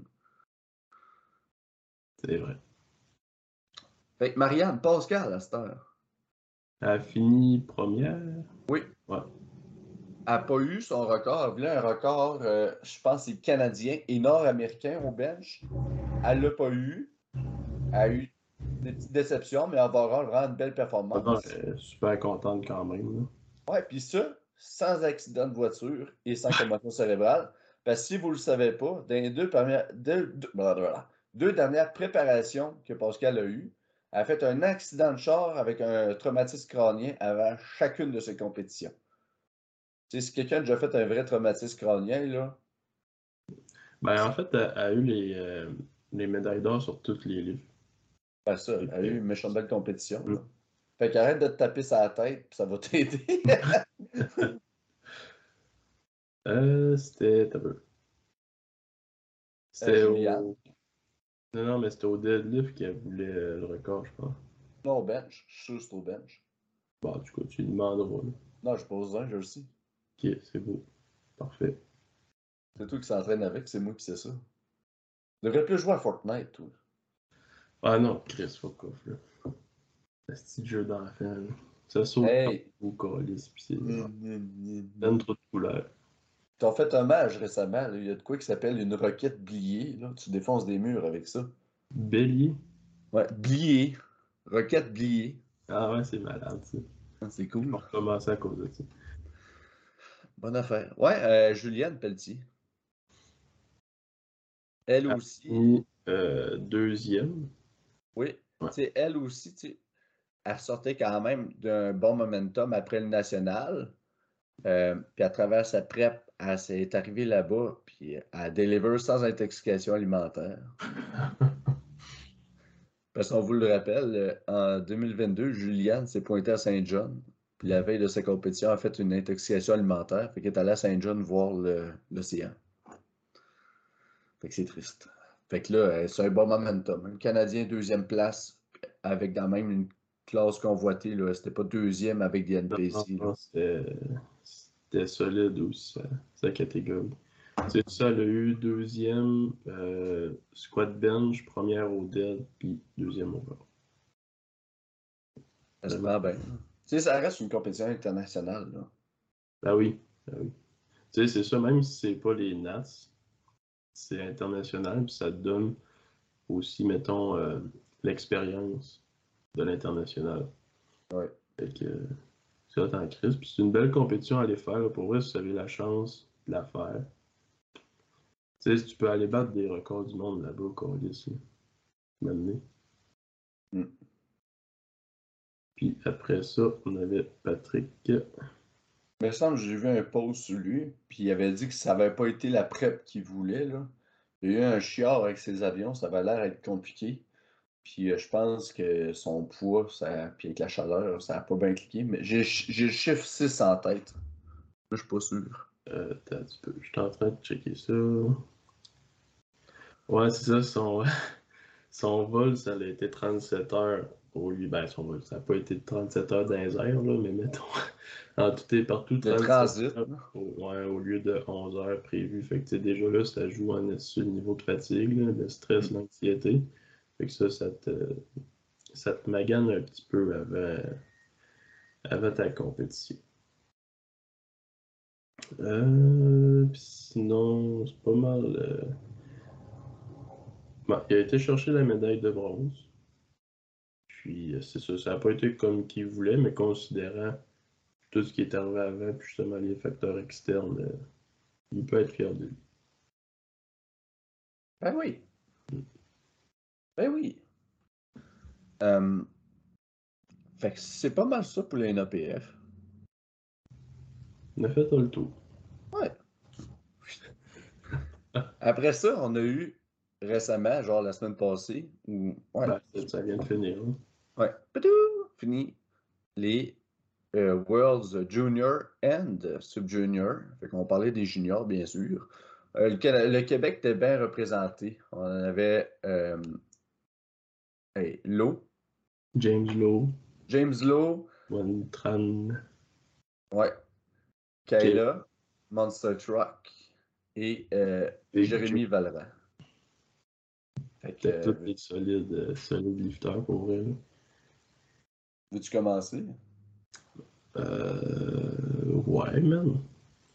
C'est vrai. Fait que Marianne, Pascal, à cette heure. Elle a fini première. Oui. Ouais. n'a pas eu son record. Elle voulait un record, euh, je pense, c'est canadien et nord-américain au bench. Elle l'a pas eu. Elle a eu des petites déceptions, mais overall, vraiment une belle Ah non, performance. elle est super contente quand même. Là. Ouais, puis ça, sans accident de voiture et sans commotion cérébrale. Parce que si vous ne le savez pas, dans les deux, premières, deux, deux, blablabla, deux dernières préparations que Pascal a eues, elle a fait un accident de char avec un traumatisme crânien avant chacune de ses compétitions. Tu sais, si quelqu'un a déjà fait un vrai traumatisme crânien, là, Ben, en fait, elle a eu les, euh, les médailles d'or sur tous les livres. ben ça, Fait elle a eu que, une méchante belle compétition. mm. Là. Fait qu'arrête de te taper sa tête, puis ça va t'aider. Euh, c'était. T'as peu. Euh, C'était Juliane, au. Non, non, mais c'était au deadlift qu'elle voulait euh, le record, je pense. non au bench. Je suis sûr que c'est au bench. Bon, du coup, tu lui demanderas. Là. Non, je pose un, je le sais. Ok, c'est beau. Parfait. C'est toi qui s'entraîne avec, c'est moi qui sais ça. Tu devrais plus jouer à Fortnite, toi. Ah non, Chris, fuck off, là. C'est un petit jeu d'enfant, là. Ça saute Hey! partout, calice, pis c'est Ni, ni, ni, plein ni. trop de couleurs. T'as fait un match récemment, là. Il y a de quoi qui s'appelle une roquette bliée, là. Tu défonces des murs avec ça. Bélier? Ouais, bliée. Roquette bliée. Ah ouais, c'est malade, ça. Ah, c'est Je vais cool. recommencer à cause de ça. Bonne affaire. Ouais, euh, Juliane Pelletier. Elle Elle a aussi, fini euh, deuxième. oui. Tu Ouais. sais, elle aussi, tu sais, elle sortait quand même d'un bon momentum après le national. Euh, puis à travers sa prep, elle s'est arrivée là-bas, puis elle a délivré sans intoxication alimentaire. Parce qu'on vous le rappelle, euh, en deux mille vingt-deux, Juliane s'est pointée à Saint-John. Puis la veille de sa compétition, elle a fait une intoxication alimentaire. Fait qu'elle est allée à Saint-John voir le- l'océan. Fait que c'est triste. Fait que là, euh, c'est un bon momentum. Un Canadien deuxième place, avec quand même une classe convoitée. Là. C'était pas deuxième avec des Non, non, N P C. Là. non, c'était c'était solide aussi, sa, sa catégorie. C'est ça, elle a eu deuxième euh, squat bench, première au dead, puis deuxième au bar. Ça se Vraiment. prend bien. Tu sais, ça reste une compétition internationale. Là. Ah oui, ah oui. Tu sais, c'est ça, même si c'est pas les Nats, c'est international, puis ça te donne aussi, mettons, euh, l'expérience de l'international. Ouais. Fait que euh, c'est hot en crise. Puis c'est une belle compétition à aller faire. Là. Pour vrai, si vous avez la chance de la faire. Tu sais, si tu peux aller battre des records du monde là-bas, au Colis, m'amener. Mm. Puis après ça, on avait Patrick. Mais il me semble que j'ai vu un post sur lui, puis il avait dit que ça n'avait pas été la prep qu'il voulait. Là. Il y a eu un chiard avec ses avions, ça avait l'air être compliqué. Puis euh, je pense que son poids, ça, puis avec la chaleur, ça n'a pas bien cliqué. Mais j'ai j'ai le chiffre six en tête. Là, je suis pas sûr. Euh, attends un petit peu, je suis en train de checker ça. Ouais, c'est ça, son, son vol, ça a été trente-sept heures au lieu. Ben, son vol, ça n'a pas été trente-sept heures dans les airs, là, mais mettons, en tout et partout, Le trente-sept transit, heures là. au, ouais, au lieu de onze heures prévues. Fait que, tu sais, déjà là, ça joue en dessus le niveau de fatigue, là, le stress, Mm. l'anxiété. Fait que ça, ça te, ça te magane un petit peu avant, avant ta compétition. Euh, pis sinon, c'est pas mal. euh, bon, il a été chercher la médaille de bronze. Puis, euh, c'est ça, ça n'a pas été comme qu'il voulait, mais considérant tout ce qui est arrivé avant, puis justement les facteurs externes, euh, il peut être fier de lui. Ben oui. Ben oui. Euh, fait que c'est pas mal ça pour les N A P F. On a fait tout le tour. Ouais. Après ça, on a eu récemment, genre la semaine passée, ou ouais, Ben, ça, ça vient de finir. Hein. ouais, Padou! Fini les euh, Worlds Junior and Sub-Junior. Fait qu'on parlait des juniors, bien sûr. Euh, le, Cana- le Québec était bien représenté. On avait euh, hey, Lowe, James Lowe, James Lowe, Juan Tran, ouais, Caleb, Kayla, Monster Truck et euh, Big Joe. Jérémy Vallerand. Fait que, C'était tous euh, des solides, euh, solides lifters pour vrai. Là. veux-tu commencer? Euh, ouais, man.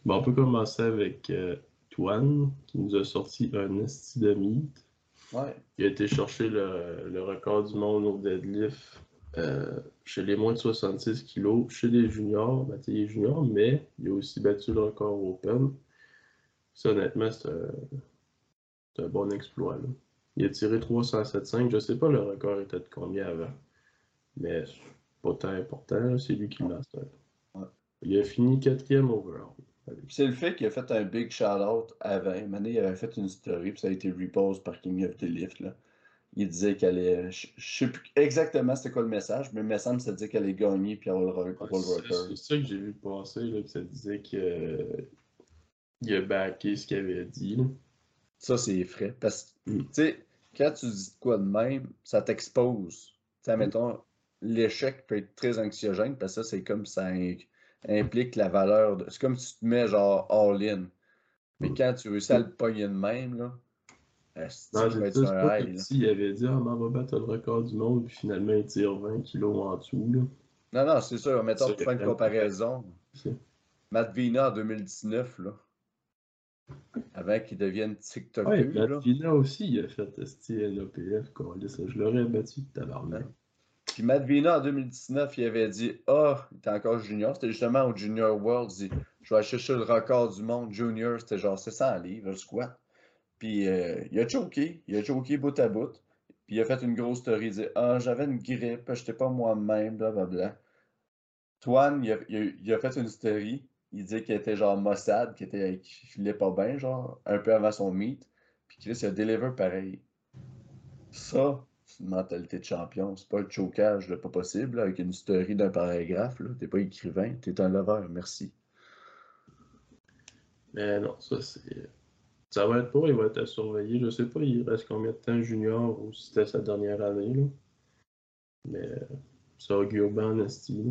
Bon, on peut commencer avec euh, Toine, qui nous a sorti un esti de meat. Ouais. Il a été chercher le, le record du monde au deadlift euh, chez les moins de soixante-six kilos, chez les juniors, ben, tu sais, les juniors, mais il a aussi battu le record open. Ça, honnêtement, c'est un, c'est un bon exploit, là. Il a tiré trois cent sept virgule cinq. Je sais pas le record était de combien avant, mais c'est pas tant important, là, c'est lui qui Ouais. l'a. c'est un- Ouais. Il a fini quatrième overall. Allez. Puis c'est le fait qu'il a fait un big shout-out avant. Une année, il avait fait une story, puis ça a été repost par King of the Lift, là. Il disait qu'elle allait. Je je sais plus exactement c'était quoi le message, mais il me semble que ça disait qu'elle allait gagner puis avoir le ro- Ouais, world c'est record. c'est ça que j'ai vu passer, là, que ça disait qu'il a backé ce qu'il avait dit, là. Ça, c'est frais. Parce que, tu Mm. sais, quand tu dis de quoi de même, ça t'expose. Tu sais, mettons, l'échec peut être très anxiogène parce que ça, c'est comme ça in- implique la valeur de. C'est comme si tu te mets genre all-in. Mais Mm. quand tu réussis à le pogner de même, là, esti Non, qu'il va c'est être ça, sur c'est pas un comme high, là. s'il avait dit, ah, ben, on va battre le record du monde, puis finalement, il tire vingt kilos en dessous, là. Non, non, c'est sûr. C'est Mettons, ça pour qu'il a faire une vraiment fait. comparaison, Ça. Matt Vina en deux mille dix-neuf, là, avant qu'il devienne Ouais, TikToker, là. Latvina aussi, il a fait esti N O P F, quoi. Ça, je l'aurais battu, tabarnak. Hein. Puis Matt Vina, en deux mille dix-neuf, il avait dit ah, il était encore junior. C'était justement au Junior World. Il dit je vais aller chercher le record du monde junior. C'était genre sept cents livres, le squat. Puis euh, il a choqué. Il a choqué bout à bout. Puis il a fait une grosse story. Il dit ah, j'avais une grippe, j'étais pas moi-même, blablabla. Twan, il a, il a- il a fait une story. Il dit qu'il était genre maussade, qu'il était, qu'il filait pas bien, genre, un peu avant son meet. Puis Chris, il a deliver pareil. Ça, c'est une mentalité de champion. C'est pas le chocage, là, pas possible, là, avec une story d'un paragraphe, là. T'es pas écrivain, t'es un lover, merci. Mais non, ça, c'est. Ça va être pour, il va être à surveiller. Je sais pas, il reste combien de temps junior ou si c'était sa dernière année, là. Mais euh, ça augure bien en esti, là.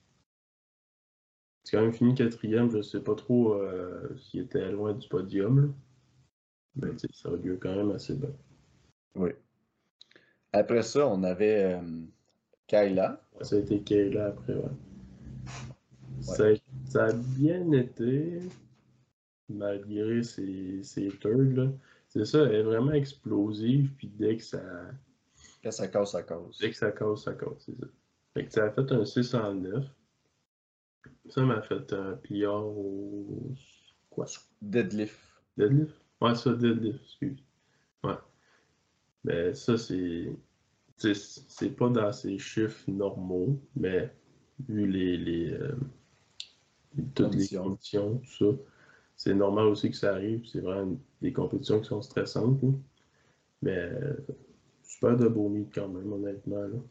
C'est quand même fini quatrième, je sais pas trop euh, s'il était loin du podium, là. Mais tu sais, ça augure quand même assez bien. Oui. Après ça, on avait euh, Kayla. Ouais, ça a été Kayla après, ouais. Ouais. Ça, ça a bien été, malgré ses, ses turds, là. C'est ça, elle est vraiment explosive, puis dès que ça, Quand ça casse, ça dès casse. que ça casse, ça casse, c'est ça. Fait que ça a fait un six cent neuf. Ça m'a fait un P R au. Quoi? Deadlift. Deadlift? Ouais, ça, deadlift, excuse. Ouais. Mais ça, c'est. tu sais, C'est pas dans ses chiffres normaux, mais vu les, les, euh, toutes les Condition. conditions, tout ça, c'est normal aussi que ça arrive. C'est vraiment des compétitions qui sont stressantes, là. Mais euh, super de beau meet quand même, honnêtement, là.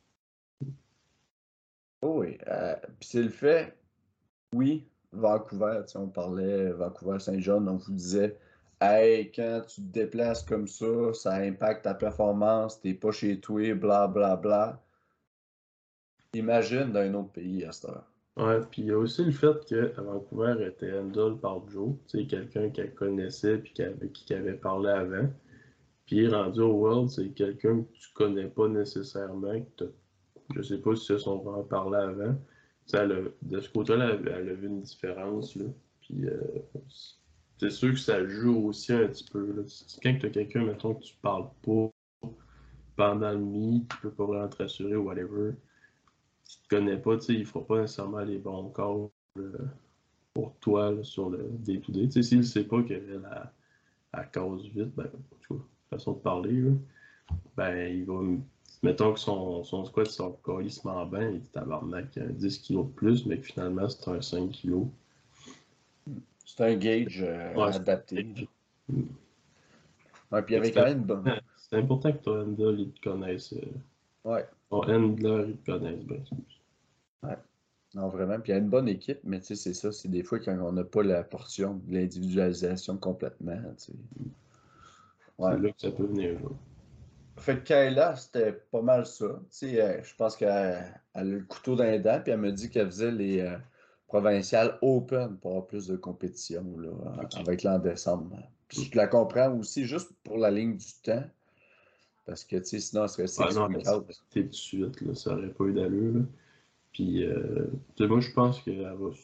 Oh oui. Euh, puis c'est le fait, oui, Vancouver, tu sais, on parlait Vancouver-Saint-John, on vous disait, hey, quand tu te déplaces comme ça, ça impacte ta performance, t'es pas chez toi, bla bla bla. Imagine dans un autre pays à cette heure. Ouais, puis il y a aussi le fait qu'à Vancouver, elle était handle par Joe, tu sais, quelqu'un qu'elle connaissait puis qui avait, qui avait parlé avant. Puis rendu au World, c'est quelqu'un que tu connais pas nécessairement, que t'as- je sais pas si se sont vraiment parlé avant. Ça, elle a- de ce côté-là, elle, elle a vu une différence, là. Puis euh, c'est sûr que ça joue aussi un petit peu, là. C'est quand tu as quelqu'un, mettons, que tu parles pas pendant le meet, tu peux pas vraiment te rassurer ou whatever, qui te connaît pas, tu sais, il fera pas nécessairement les bons calls euh, pour toi là, sur le day-to-day. Tu sais, s'il sait pas qu'elle a, elle cause vite, ben, en tout cas, façon de parler, là, ben, il va. Mettons que son, son squat sort calissement bien, il dit tabarnak, euh, dix kilos de plus, mais que finalement c'est un cinq kilos. C'est un gauge euh, Ouais, adapté, là. c'est Ouais, puis il y avait c'est quand même une bonne. important, c'est important que ton handle, il te connaisse. euh, Ouais, ton handler, il te connaisse bien. Excuse. ouais. Non, vraiment. Puis il y a une bonne équipe, mais tu sais, c'est ça. C'est des fois quand on n'a pas la portion de l'individualisation complètement, tu sais. C'est Ouais. là que ça peut venir jouer. Fait que Kayla, c'était pas mal ça. Tu sais, euh, je pense qu'elle elle a le couteau dans les dents, puis elle me dit qu'elle faisait les euh, provinciales open pour avoir plus de compétition, là, Ok. avec l'an décembre. Mm. Puis je la comprends aussi, juste pour la ligne du temps, parce que, tu sais, sinon, elle serait Ah six non, elle week s'est out. tout de suite, là, ça aurait pas eu d'allure, là. Puis, euh, tu sais, moi, je pense qu'elle va.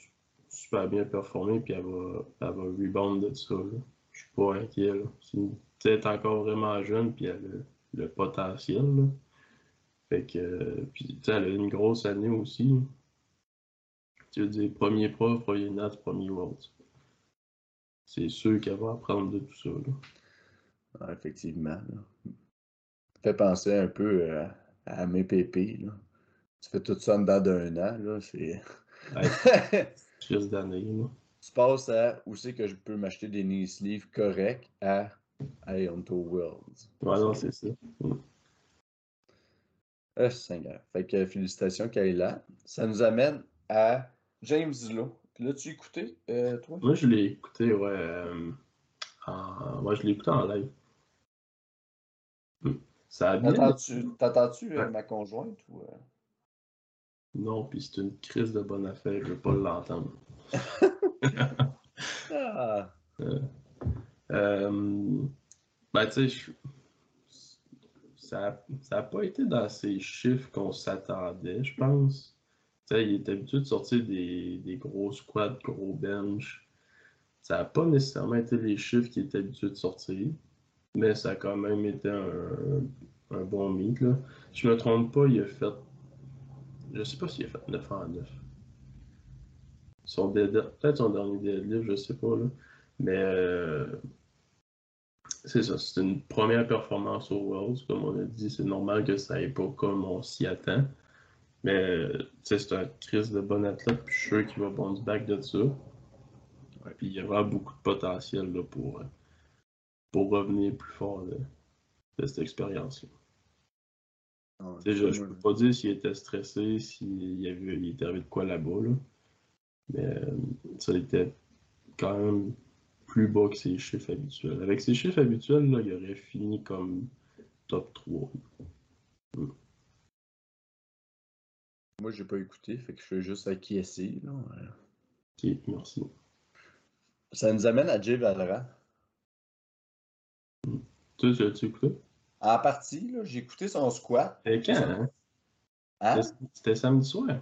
super bien performer, puis elle va, elle va rebound de ça. Là. Je suis pas inquiet. Là. C'est une tête encore vraiment jeune, puis elle a le, le potentiel. Là. Fait que, euh, puis, tu sais, elle a une grosse année aussi. Tu veux dire, premier prof, premier Nats, premier Worlds. C'est sûr qu'elle va apprendre de tout ça. Là. Ah, effectivement. Là. Ça fait penser un peu euh, à mes pépés, là. Tu fais tout ça en dedans d'un an, là, c'est... Ouais, crise d'année. Là. Tu passes à où c'est que je peux m'acheter des knee sleeves corrects à Hey, on to Worlds. Ouais, non, C'est... c'est ça. Mm. Ah, Seigneur. Fait que félicitations, Kayla. Ça nous amène à James Lowe. L'as-tu écouté, euh, toi? Moi, je l'ai écouté, ouais. Euh, en... ouais, je l'ai écouté en live. Mm. Ça a bien été. T'entends-tu, t'entends-tu euh, Ouais. ma conjointe ou... euh? Non, puis c'est une crise de bonne affaire, je veux pas l'entendre. Ah! Euh, euh, ben, tu sais, je- ça n'a pas été dans ces chiffres qu'on s'attendait, je pense. Tu sais, il est habitué de sortir des, des gros squats, gros bench. Ça n'a pas nécessairement été les chiffres qu'il est habitué de sortir, mais ça a quand même été un, un bon meet, là. Je me trompe pas, il a fait. Je sais pas s'il a fait neuf en neuf. Son dead- peut-être son dernier deadlift, je sais pas, là. Mais euh, c'est ça, c'est une première performance au Worlds. Comme on a dit, c'est normal que ça aille pas comme on s'y attend. Mais euh, tu sais, c'est un Chris de bon athlète, puis je suis sûr qu'il va bounce back de ça. Ouais. Puis il y aura beaucoup de potentiel là, pour, euh, pour revenir plus fort de, de cette expérience-là. Ah, Tu sais, ça, je, je moi, peux pas dire s'il était stressé, s'il y avait, il était arrivé de quoi là-bas, là. Mais euh, ça a été quand même plus bas que ses chiffres habituels. Avec ses chiffres habituels, là, il aurait fini comme top trois. Mm. moi, j'ai pas écouté, fait que je fais juste acquiescer, là. Ok, merci. Ça nous amène à Jay Valera. Mm. Tu sais, as-tu écouté? En partie, là, j'ai écouté son squat. Et quand, Ça- hein? C'était Hein? c'était samedi soir.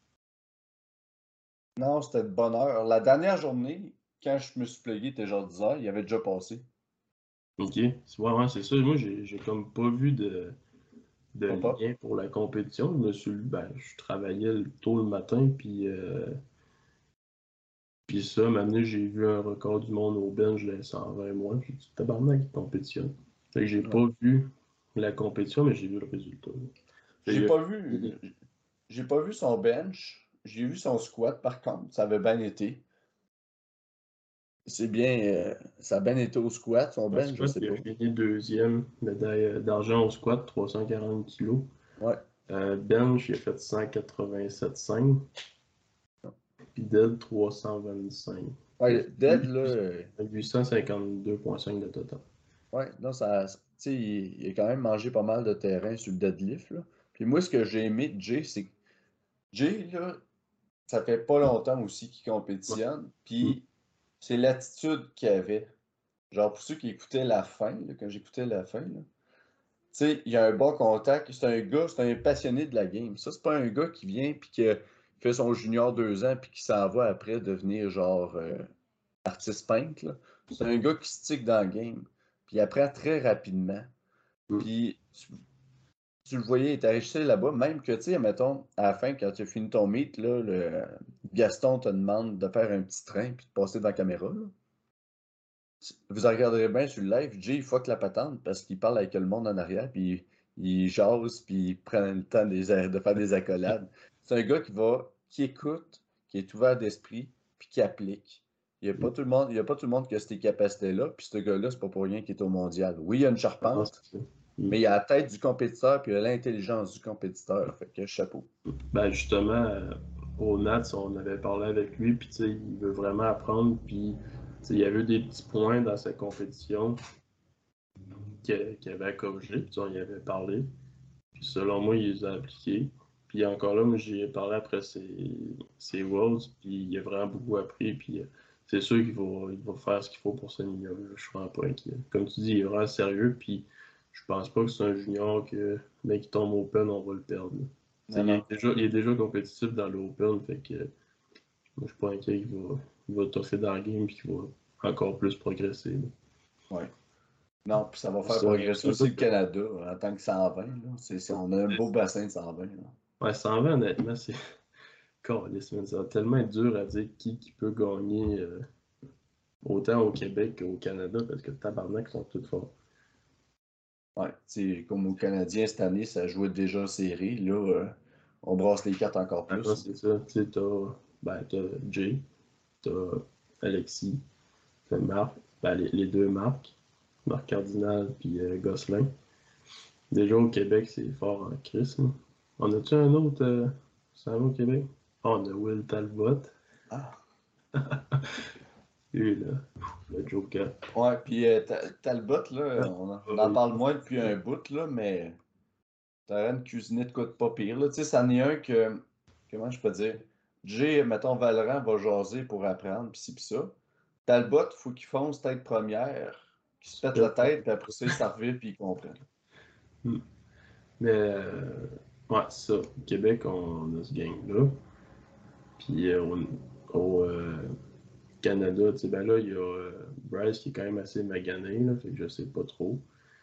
Non, c'était de bonne heure. La dernière journée, quand je me suis plugué, il était genre dix heures, il avait déjà passé. Ok, ouais, ouais, c'est ça. Moi, j'ai j'ai comme pas vu de, de Pop-up. lien pour la compétition. Je me suis, ben, je travaillais le- tôt le matin, puis, euh, puis ça, maintenant, j'ai vu un record du monde au bench de cent vingt mois. J'ai dit, tabarnak, il compétitionne. Fait que j'ai Ouais. pas vu la compétition, mais j'ai vu le résultat. Fait J'ai qu'il pas a- vu, j'ai pas vu son bench. J'ai vu son squat, par contre. Ça avait bien été. C'est bien, euh, ça a bien été au squat, son En bench, je squat, sais il a pas. fini deuxième, médaille euh, d'argent au squat, trois cent quarante kilos. Ouais. Euh, bench, il a fait cent quatre-vingt-sept virgule cinq. Puis dead, trois cent vingt-cinq. Il a Ouais, fait Dead, là, euh, huit cent cinquante-deux virgule cinq de total. ouais, non, ça, tu sais, il, il a quand même mangé pas mal de terrain sur le deadlift, là. Puis moi, ce que j'ai aimé de Jay, c'est que Jay, là, ça fait pas longtemps aussi qu'il Ouais. compétitionne, Mm. puis c'est l'attitude qu'il avait. Genre, pour ceux qui écoutaient la fin, là, quand j'écoutais la fin, là, tu sais, il a un bon contact, c'est un gars, c'est un passionné de la game. Ça, c'est pas un gars qui vient puis qui fait son junior deux ans puis qui s'en va après devenir genre euh, artiste peintre, là. C'est un gars qui stick dans le game, puis il apprend très rapidement. Mm. Puis tu, tu le voyais, il était resté là-bas, même que, tu sais, mettons, à la fin, quand tu as fini ton meet, là, le, Gaston te demande de faire un petit train puis de passer devant la caméra, là. Vous en regarderez bien sur le live, Jay, il fuck la patente parce qu'il parle avec le monde en arrière, puis il, il jase, puis il prend le temps des- de faire des accolades. C'est un gars qui va, qui écoute, qui est ouvert d'esprit, puis qui applique. Il n'y a pas tout le monde, il y a pas tout le monde qui a ces capacités-là, puis ce gars-là, c'est pas pour rien qu'il est au mondial. Oui, il a une Ah, charpente, c'est ça. Mm. mais il a la tête du compétiteur, puis il a l'intelligence du compétiteur. Fait que chapeau. Ben justement, euh, au Nats, on avait parlé avec lui, puis tu sais, il veut vraiment apprendre, puis tu sais, il y avait eu des petits points dans sa compétition qu'il qu'il avait à corriger, puis on y avait parlé. Puis selon moi, il les a appliqués. Puis encore là, moi, j'ai parlé après ses, ses Worlds, puis il a vraiment beaucoup appris, puis euh, c'est sûr qu'il va, il va faire ce qu'il faut pour s'améliorer. Je suis vraiment pas inquiet. Comme tu dis, il est vraiment sérieux, puis je pense pas que c'est un junior que, mec, qui tombe open, on va le perdre. Tu sais, Non, il, est non. déjà, il est déjà compétitif dans l'open, fait que je suis pas inquiet qu'il va, il va toffer dans le game et qu'il va encore plus progresser. Là. Ouais. Non, puis ça va faire Ça, progresser ça aussi doit le Canada en tant que cent vingt. Là. C'est, c'est- on a un beau bassin de cent vingt. Là. Ouais, cent vingt, honnêtement, c'est. Calisse, man, ça va tellement être dur à dire qui, qui peut gagner euh, autant au Québec qu'au Canada parce que tabarnak, ils sont tous forts. Ouais, tu sais, comme aux Canadiens cette année, ça jouait déjà serré. Là, euh, on brasse les cartes encore Ouais, non, plus. c'est ça. Tu sais, t'as ben, t'as Jay, t'as Alexis, t'as Marc, ben, les, les deux Marc, Marc Cardinal puis euh, Gosselin. Déjà au Québec, c'est fort en Chris. Hein. On a-tu un autre euh, ça va au Québec? Ah, on a Will Talbot. Ah. Lui, là, le Joker. Ouais, puis euh, Ta- Talbot, là, Ah, on en, on en oui. parle moins depuis un bout, là, mais t'as une cuisiner de quoi de pas pire. Là. Tu sais, c'en est un que, comment je peux dire, Jay, mettons, Valorant va jaser pour apprendre, pis ci pis ça. Talbot, faut qu'il fonce tête première, qu'il se pète la tête, puis après ça, il s'en revient, puis il comprend. Hmm. Mais, euh, ouais, c'est ça. Au Québec, on a ce gang-là. Puis euh, au, au, euh, Canada, tu sais, ben là, il y a euh, Bryce qui est quand même assez magané, là, fait que je sais pas trop.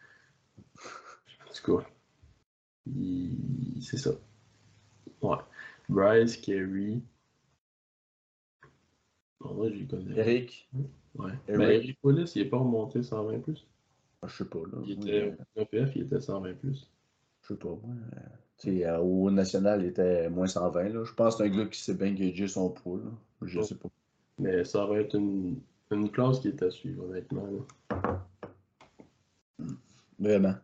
En tout cas, il- c'est ça. Ouais. Bryce, Kerry. En vrai, j'y connais rien. Eric, Ouais. Ben, Eric, Eric Willis, il est pas remonté cent vingt plus. ah, je sais pas, là, Il moi, était euh, au E P F, il était cent vingt plus. je sais pas, moi. euh, tu sais, euh, au national, il était moins cent vingt, là. Je pense que c'est un gars qui sait bien gager son poids, là. Je Ouais. sais pas. Mais ça va être une, une classe qui est à suivre, honnêtement. Là. Vraiment.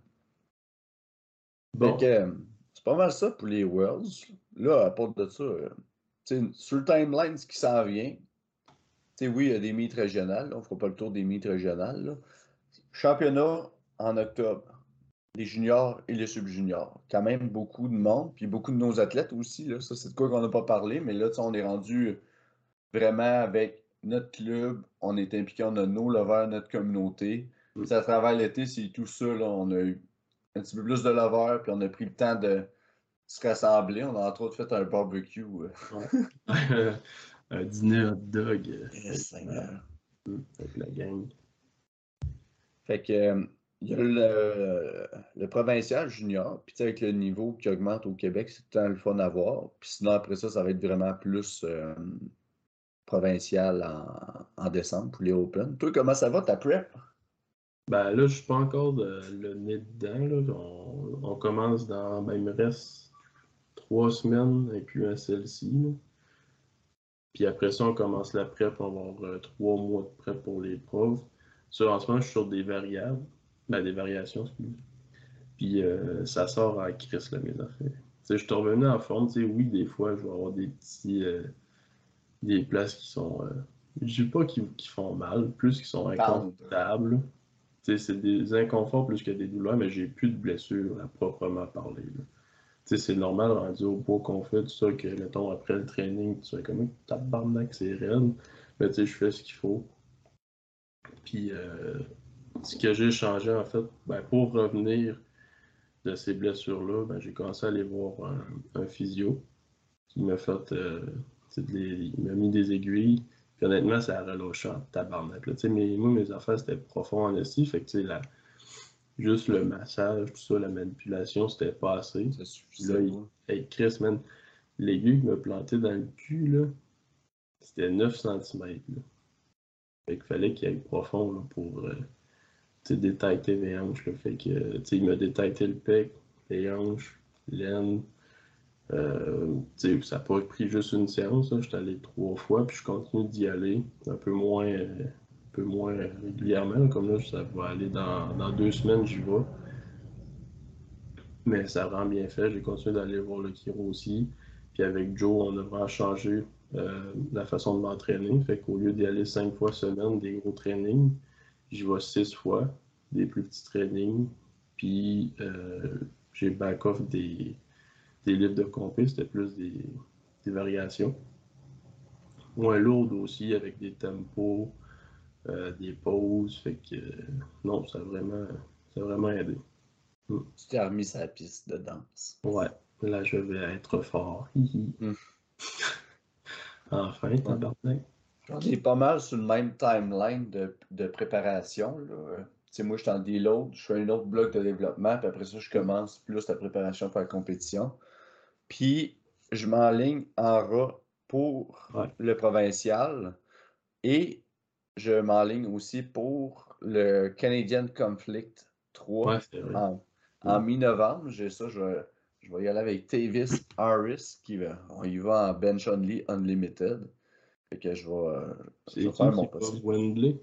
Fait que, Bon, euh, c'est pas mal ça pour les Worlds. Là, à part de ça, euh, tu sais, sur le timeline, ce qui s'en vient, tu sais, oui, il y a des meets régionales, là, on fera pas le tour des meets régionales, là. Championnat en octobre, les juniors et les sub-juniors. Quand même beaucoup de monde, puis beaucoup de nos athlètes aussi, là. Ça, c'est de quoi qu'on n'a pas parlé, mais là, tu sais, on est rendu vraiment avec notre club, on est impliqué, on a nos lovers, notre communauté. Puis à travers l'été, c'est tout ça, là, on a eu un petit peu plus de lovers, puis on a pris le temps de se rassembler. On a entre autres fait un barbecue. euh. ouais. Un dîner hot dog euh, Yes, avec, Seigneur. euh, avec la gang. Fait que, euh, il y a le, le provincial junior, puis tu sais, avec le niveau qui augmente au Québec, c'est tout le temps le fun à voir. Puis sinon, après ça, ça va être vraiment plus euh, provincial en, en décembre pour les Open. Toi, comment ça va, ta prep? Ben là, je suis pas encore de- le nez dedans. Là. On, on commence dans. Ben, il me reste trois semaines et puis un celle-ci. Là. Puis après ça, on commence la prep. On va avoir euh, trois mois de prep pour les profs. Sur, en ce moment, je suis sur des variables. Ben, des variations, excusez. Puis euh, ça sort à Chris, là, mes affaires. Tu sais, je suis revenu en forme. Tu sais, oui, des fois, je vais avoir des petits. euh, des places qui sont. Euh, je dis pas qui, qui font mal, plus qui sont Tendre. inconfortables. Tu sais, c'est des inconforts plus que des douleurs, mais j'ai plus de blessures à proprement parler. Là. Tu sais, c'est normal rendu au poids qu'on fait, tout ça, que, mettons, après le training, tu fais comme tabarnak, c'est raide. Mais tu sais, je fais ce qu'il faut. Puis, euh, ce que j'ai changé, en fait, ben, pour revenir de ces blessures-là, ben, j'ai commencé à aller voir un, un physio qui m'a fait. Euh, tu sais, des- il m'a mis des aiguilles. Puis honnêtement, ça a relâché en tabarnak. Là. Tu sais, mais, moi, mes affaires, c'était profond en esti. Fait que, tu sais, la, juste le massage, tout ça, la manipulation, c'était pas assez. Ça Puis là, suffisait il... pas. hey, Chris, man, l'aiguille qu'il m'a planté dans le cul, là, c'était neuf centimètres. Là. Fait qu'il fallait qu'il aille profond là, pour euh, tu sais, détecter les hanches. Là. Fait que, euh, tu sais, il m'a détecté le pec, les hanches, l'aine. Euh, tu sais, ça n'a pas pris juste une séance. Là. J'étais allé trois fois, puis je continue d'y aller un peu moins, euh, un peu moins régulièrement. Là. Comme là, ça va aller dans, dans deux semaines, j'y vais. Mais ça a vraiment bien fait. J'ai continué d'aller voir le chiro aussi. Puis avec Joe, on a vraiment changé euh, la façon de m'entraîner. Fait qu'au lieu d'y aller cinq fois semaine, des gros trainings, j'y vais six fois, des plus petits trainings. Puis euh, j'ai back-off des, des livres de compé, c'était plus des, des variations. Moins lourdes aussi, avec des tempos, euh, des pauses. Fait que euh, non, ça a vraiment, ça a vraiment aidé. Mm. Tu t'es remis sur la piste de danse. Ouais, là je vais être fort. Hihi. Hmm. Enfin, tabarnak. On est pas mal sur le même timeline de, de préparation. Là. Tu sais, moi, je suis en deload, je fais un autre bloc de développement, puis après ça, je commence plus la préparation pour la compétition. Puis, je m'enligne en R A pour Ouais. le provincial et je m'enligne aussi pour le Canadian Conflict trois Ouais, c'est vrai. en, en mi-novembre. J'ai ça, je vais, je vais y aller avec Tavis Harris, qui va, on y va en bench only unlimited. Fait que je vais, euh, je C'est vais faire qui mon qui va possible. Wembley?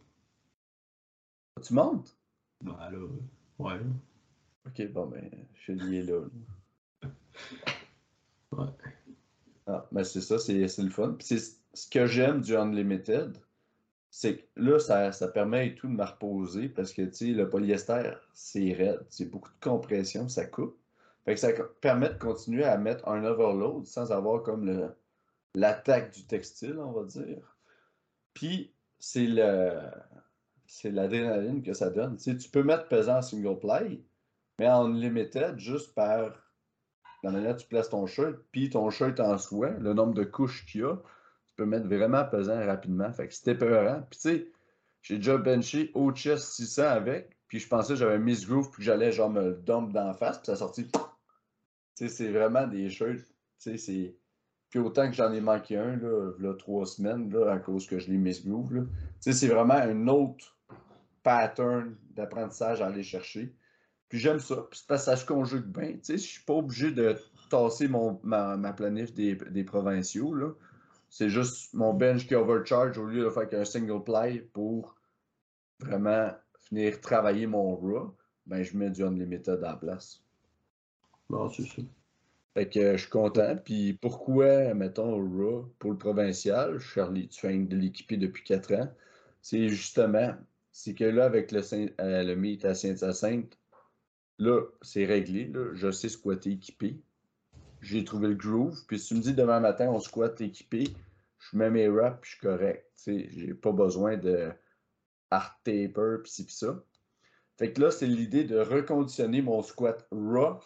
Tu montes? Ben là, ouais. Ok, bon, ben, je suis lié là. là. Ouais. Ah, ben c'est ça, c'est c'est le fun. Puis c'est ce que j'aime du Unlimited, c'est que là, ça, ça permet et tout de me reposer parce que, tu sais, le polyester, c'est raide. C'est beaucoup de compression, ça coupe. Fait que ça co- permet de continuer à mettre un overload sans avoir comme le, l'attaque du textile, on va dire. Puis, c'est le, c'est l'adrénaline que ça donne. Tu sais, tu peux mettre pesant en single play, mais en unlimited, juste par la manière dont tu places ton shirt, puis ton shirt en soi, le nombre de couches qu'il y a, tu peux mettre vraiment pesant rapidement. Fait que c'était épeurant. Puis tu sais, j'ai déjà benché au chest six cents avec, puis je pensais que j'avais un miss groove, puis que j'allais genre me le dump d'en face, puis ça a sorti. Tu sais, c'est vraiment des shirts. Tu sais, c'est. Puis autant que j'en ai manqué un, là, là, trois semaines, là, à cause que je l'ai miss groove, là. Tu sais, c'est vraiment un autre pattern d'apprentissage à aller chercher. Puis j'aime ça. Puis c'est parce que ça se conjugue bien. Tu sais, je suis pas obligé de tasser mon, ma, ma planif des, des provinciaux, là. C'est juste mon bench qui overcharge au lieu de faire qu'un single play pour vraiment venir travailler mon raw. Ben, je mets du unlimited à la place. Bon, c'est ça. Fait que je suis content. Puis pourquoi, mettons, au raw pour le provincial, Charlie, tu fais de l'équiper depuis quatre ans, c'est justement, c'est que là, avec le, Saint- euh, le meet à Saint-Hyacinthe, là, c'est réglé. Là. Je sais squatter équipé. J'ai trouvé le groove. Puis si tu me dis demain matin, on squatte équipé, je mets mes reps puis je suis correct. T'sais, j'ai pas besoin de hard taper pis ci pis ça. Fait que là, c'est l'idée de reconditionner mon squat raw,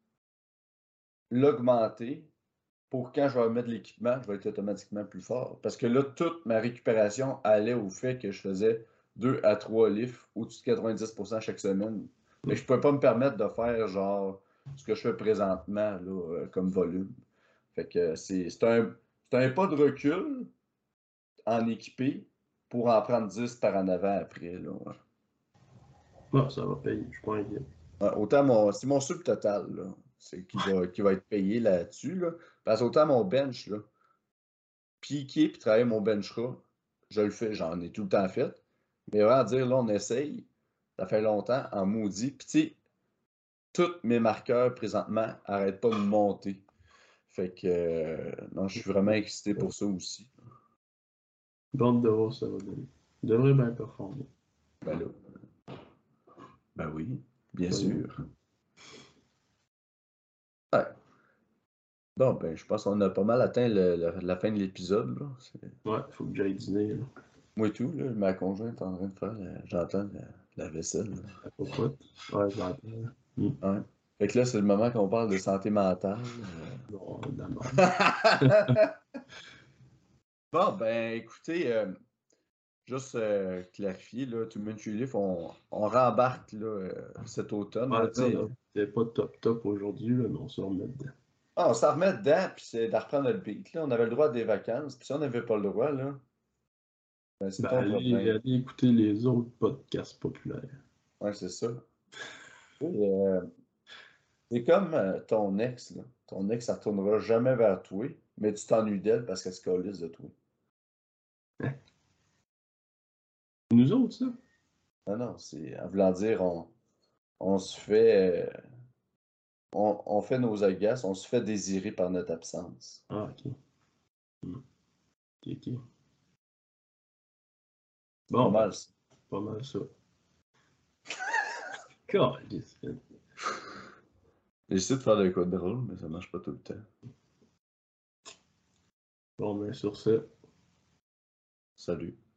l'augmenter pour quand je vais mettre l'équipement, je vais être automatiquement plus fort. Parce que là, toute ma récupération allait au fait que je faisais deux à trois lifts au-dessus de quatre-vingt-dix pour cent chaque semaine. Mais je ne pouvais pas me permettre de faire genre ce que je fais présentement là, euh, comme volume. Fait que c'est c'est un, c'est un pas de recul en équipé pour en prendre dix par en avant après. Là. Bon, ça va payer, je suis pas inquiet. Ouais, autant mon, c'est mon sub total là, c'est qui va, qui va être payé là-dessus. Là. Parce autant mon bench, là, piquer puis travailler mon bench raw, je le fais, j'en ai tout le temps fait. Mais vraiment dire, là, on essaye, ça fait longtemps, en maudit. Puis tu sais, tous mes marqueurs présentement n'arrêtent pas de monter. Fait que, euh, non, je suis vraiment excité pour ça aussi. Bande de voir ça va donner. Il devrait bien performer. Ben là, ben oui, bien Voyons. sûr. Ouais. Bon, ben, je pense qu'on a pas mal atteint le- le- la fin de l'épisode, là. C'est- Ouais, faut que j'aille dîner, là. Moi et tout, là, ma conjointe est en train de faire, la- j'entends la, la vaisselle, là. À peu près. Ouais, j'entends. Hmm. Ouais. Fait que là, c'est le moment qu'on parle de santé mentale. Non, d'abord. euh. Bon, ben, écoutez, euh, juste euh, clarifier, là, Two Men Tree Leaf, on, on rembarque là, euh, cet automne. Ouais, Là, là, tu sais. là, c'était pas top top aujourd'hui, là, mais on se remet dedans. Ah, on s'en remet dedans, puis c'est de reprendre le beat. Là. On avait le droit à des vacances, puis si on n'avait pas le droit, là, ben, c'est Ben, ton allez, problème. allez écouter les autres podcasts populaires. Ouais, c'est ça. Et, euh, c'est comme euh, ton ex, là. Ton ex, ça ne retournera jamais vers toi, mais tu t'ennuies d'elle parce qu'elle se calisse de toi. Hein? Nous autres, ça? Non, non, c'est en voulant dire, on, on se fait, euh, on, on fait nos agaces, on se fait désirer par notre absence. Ah, ok. Hmm. Ok, ok. Pas Bon, ben, mal, ça. pas mal ça. Calisse. J'essaie de faire de quoi de drôle, mais ça marche pas tout le temps. Bon, ben, sur ce. Salut.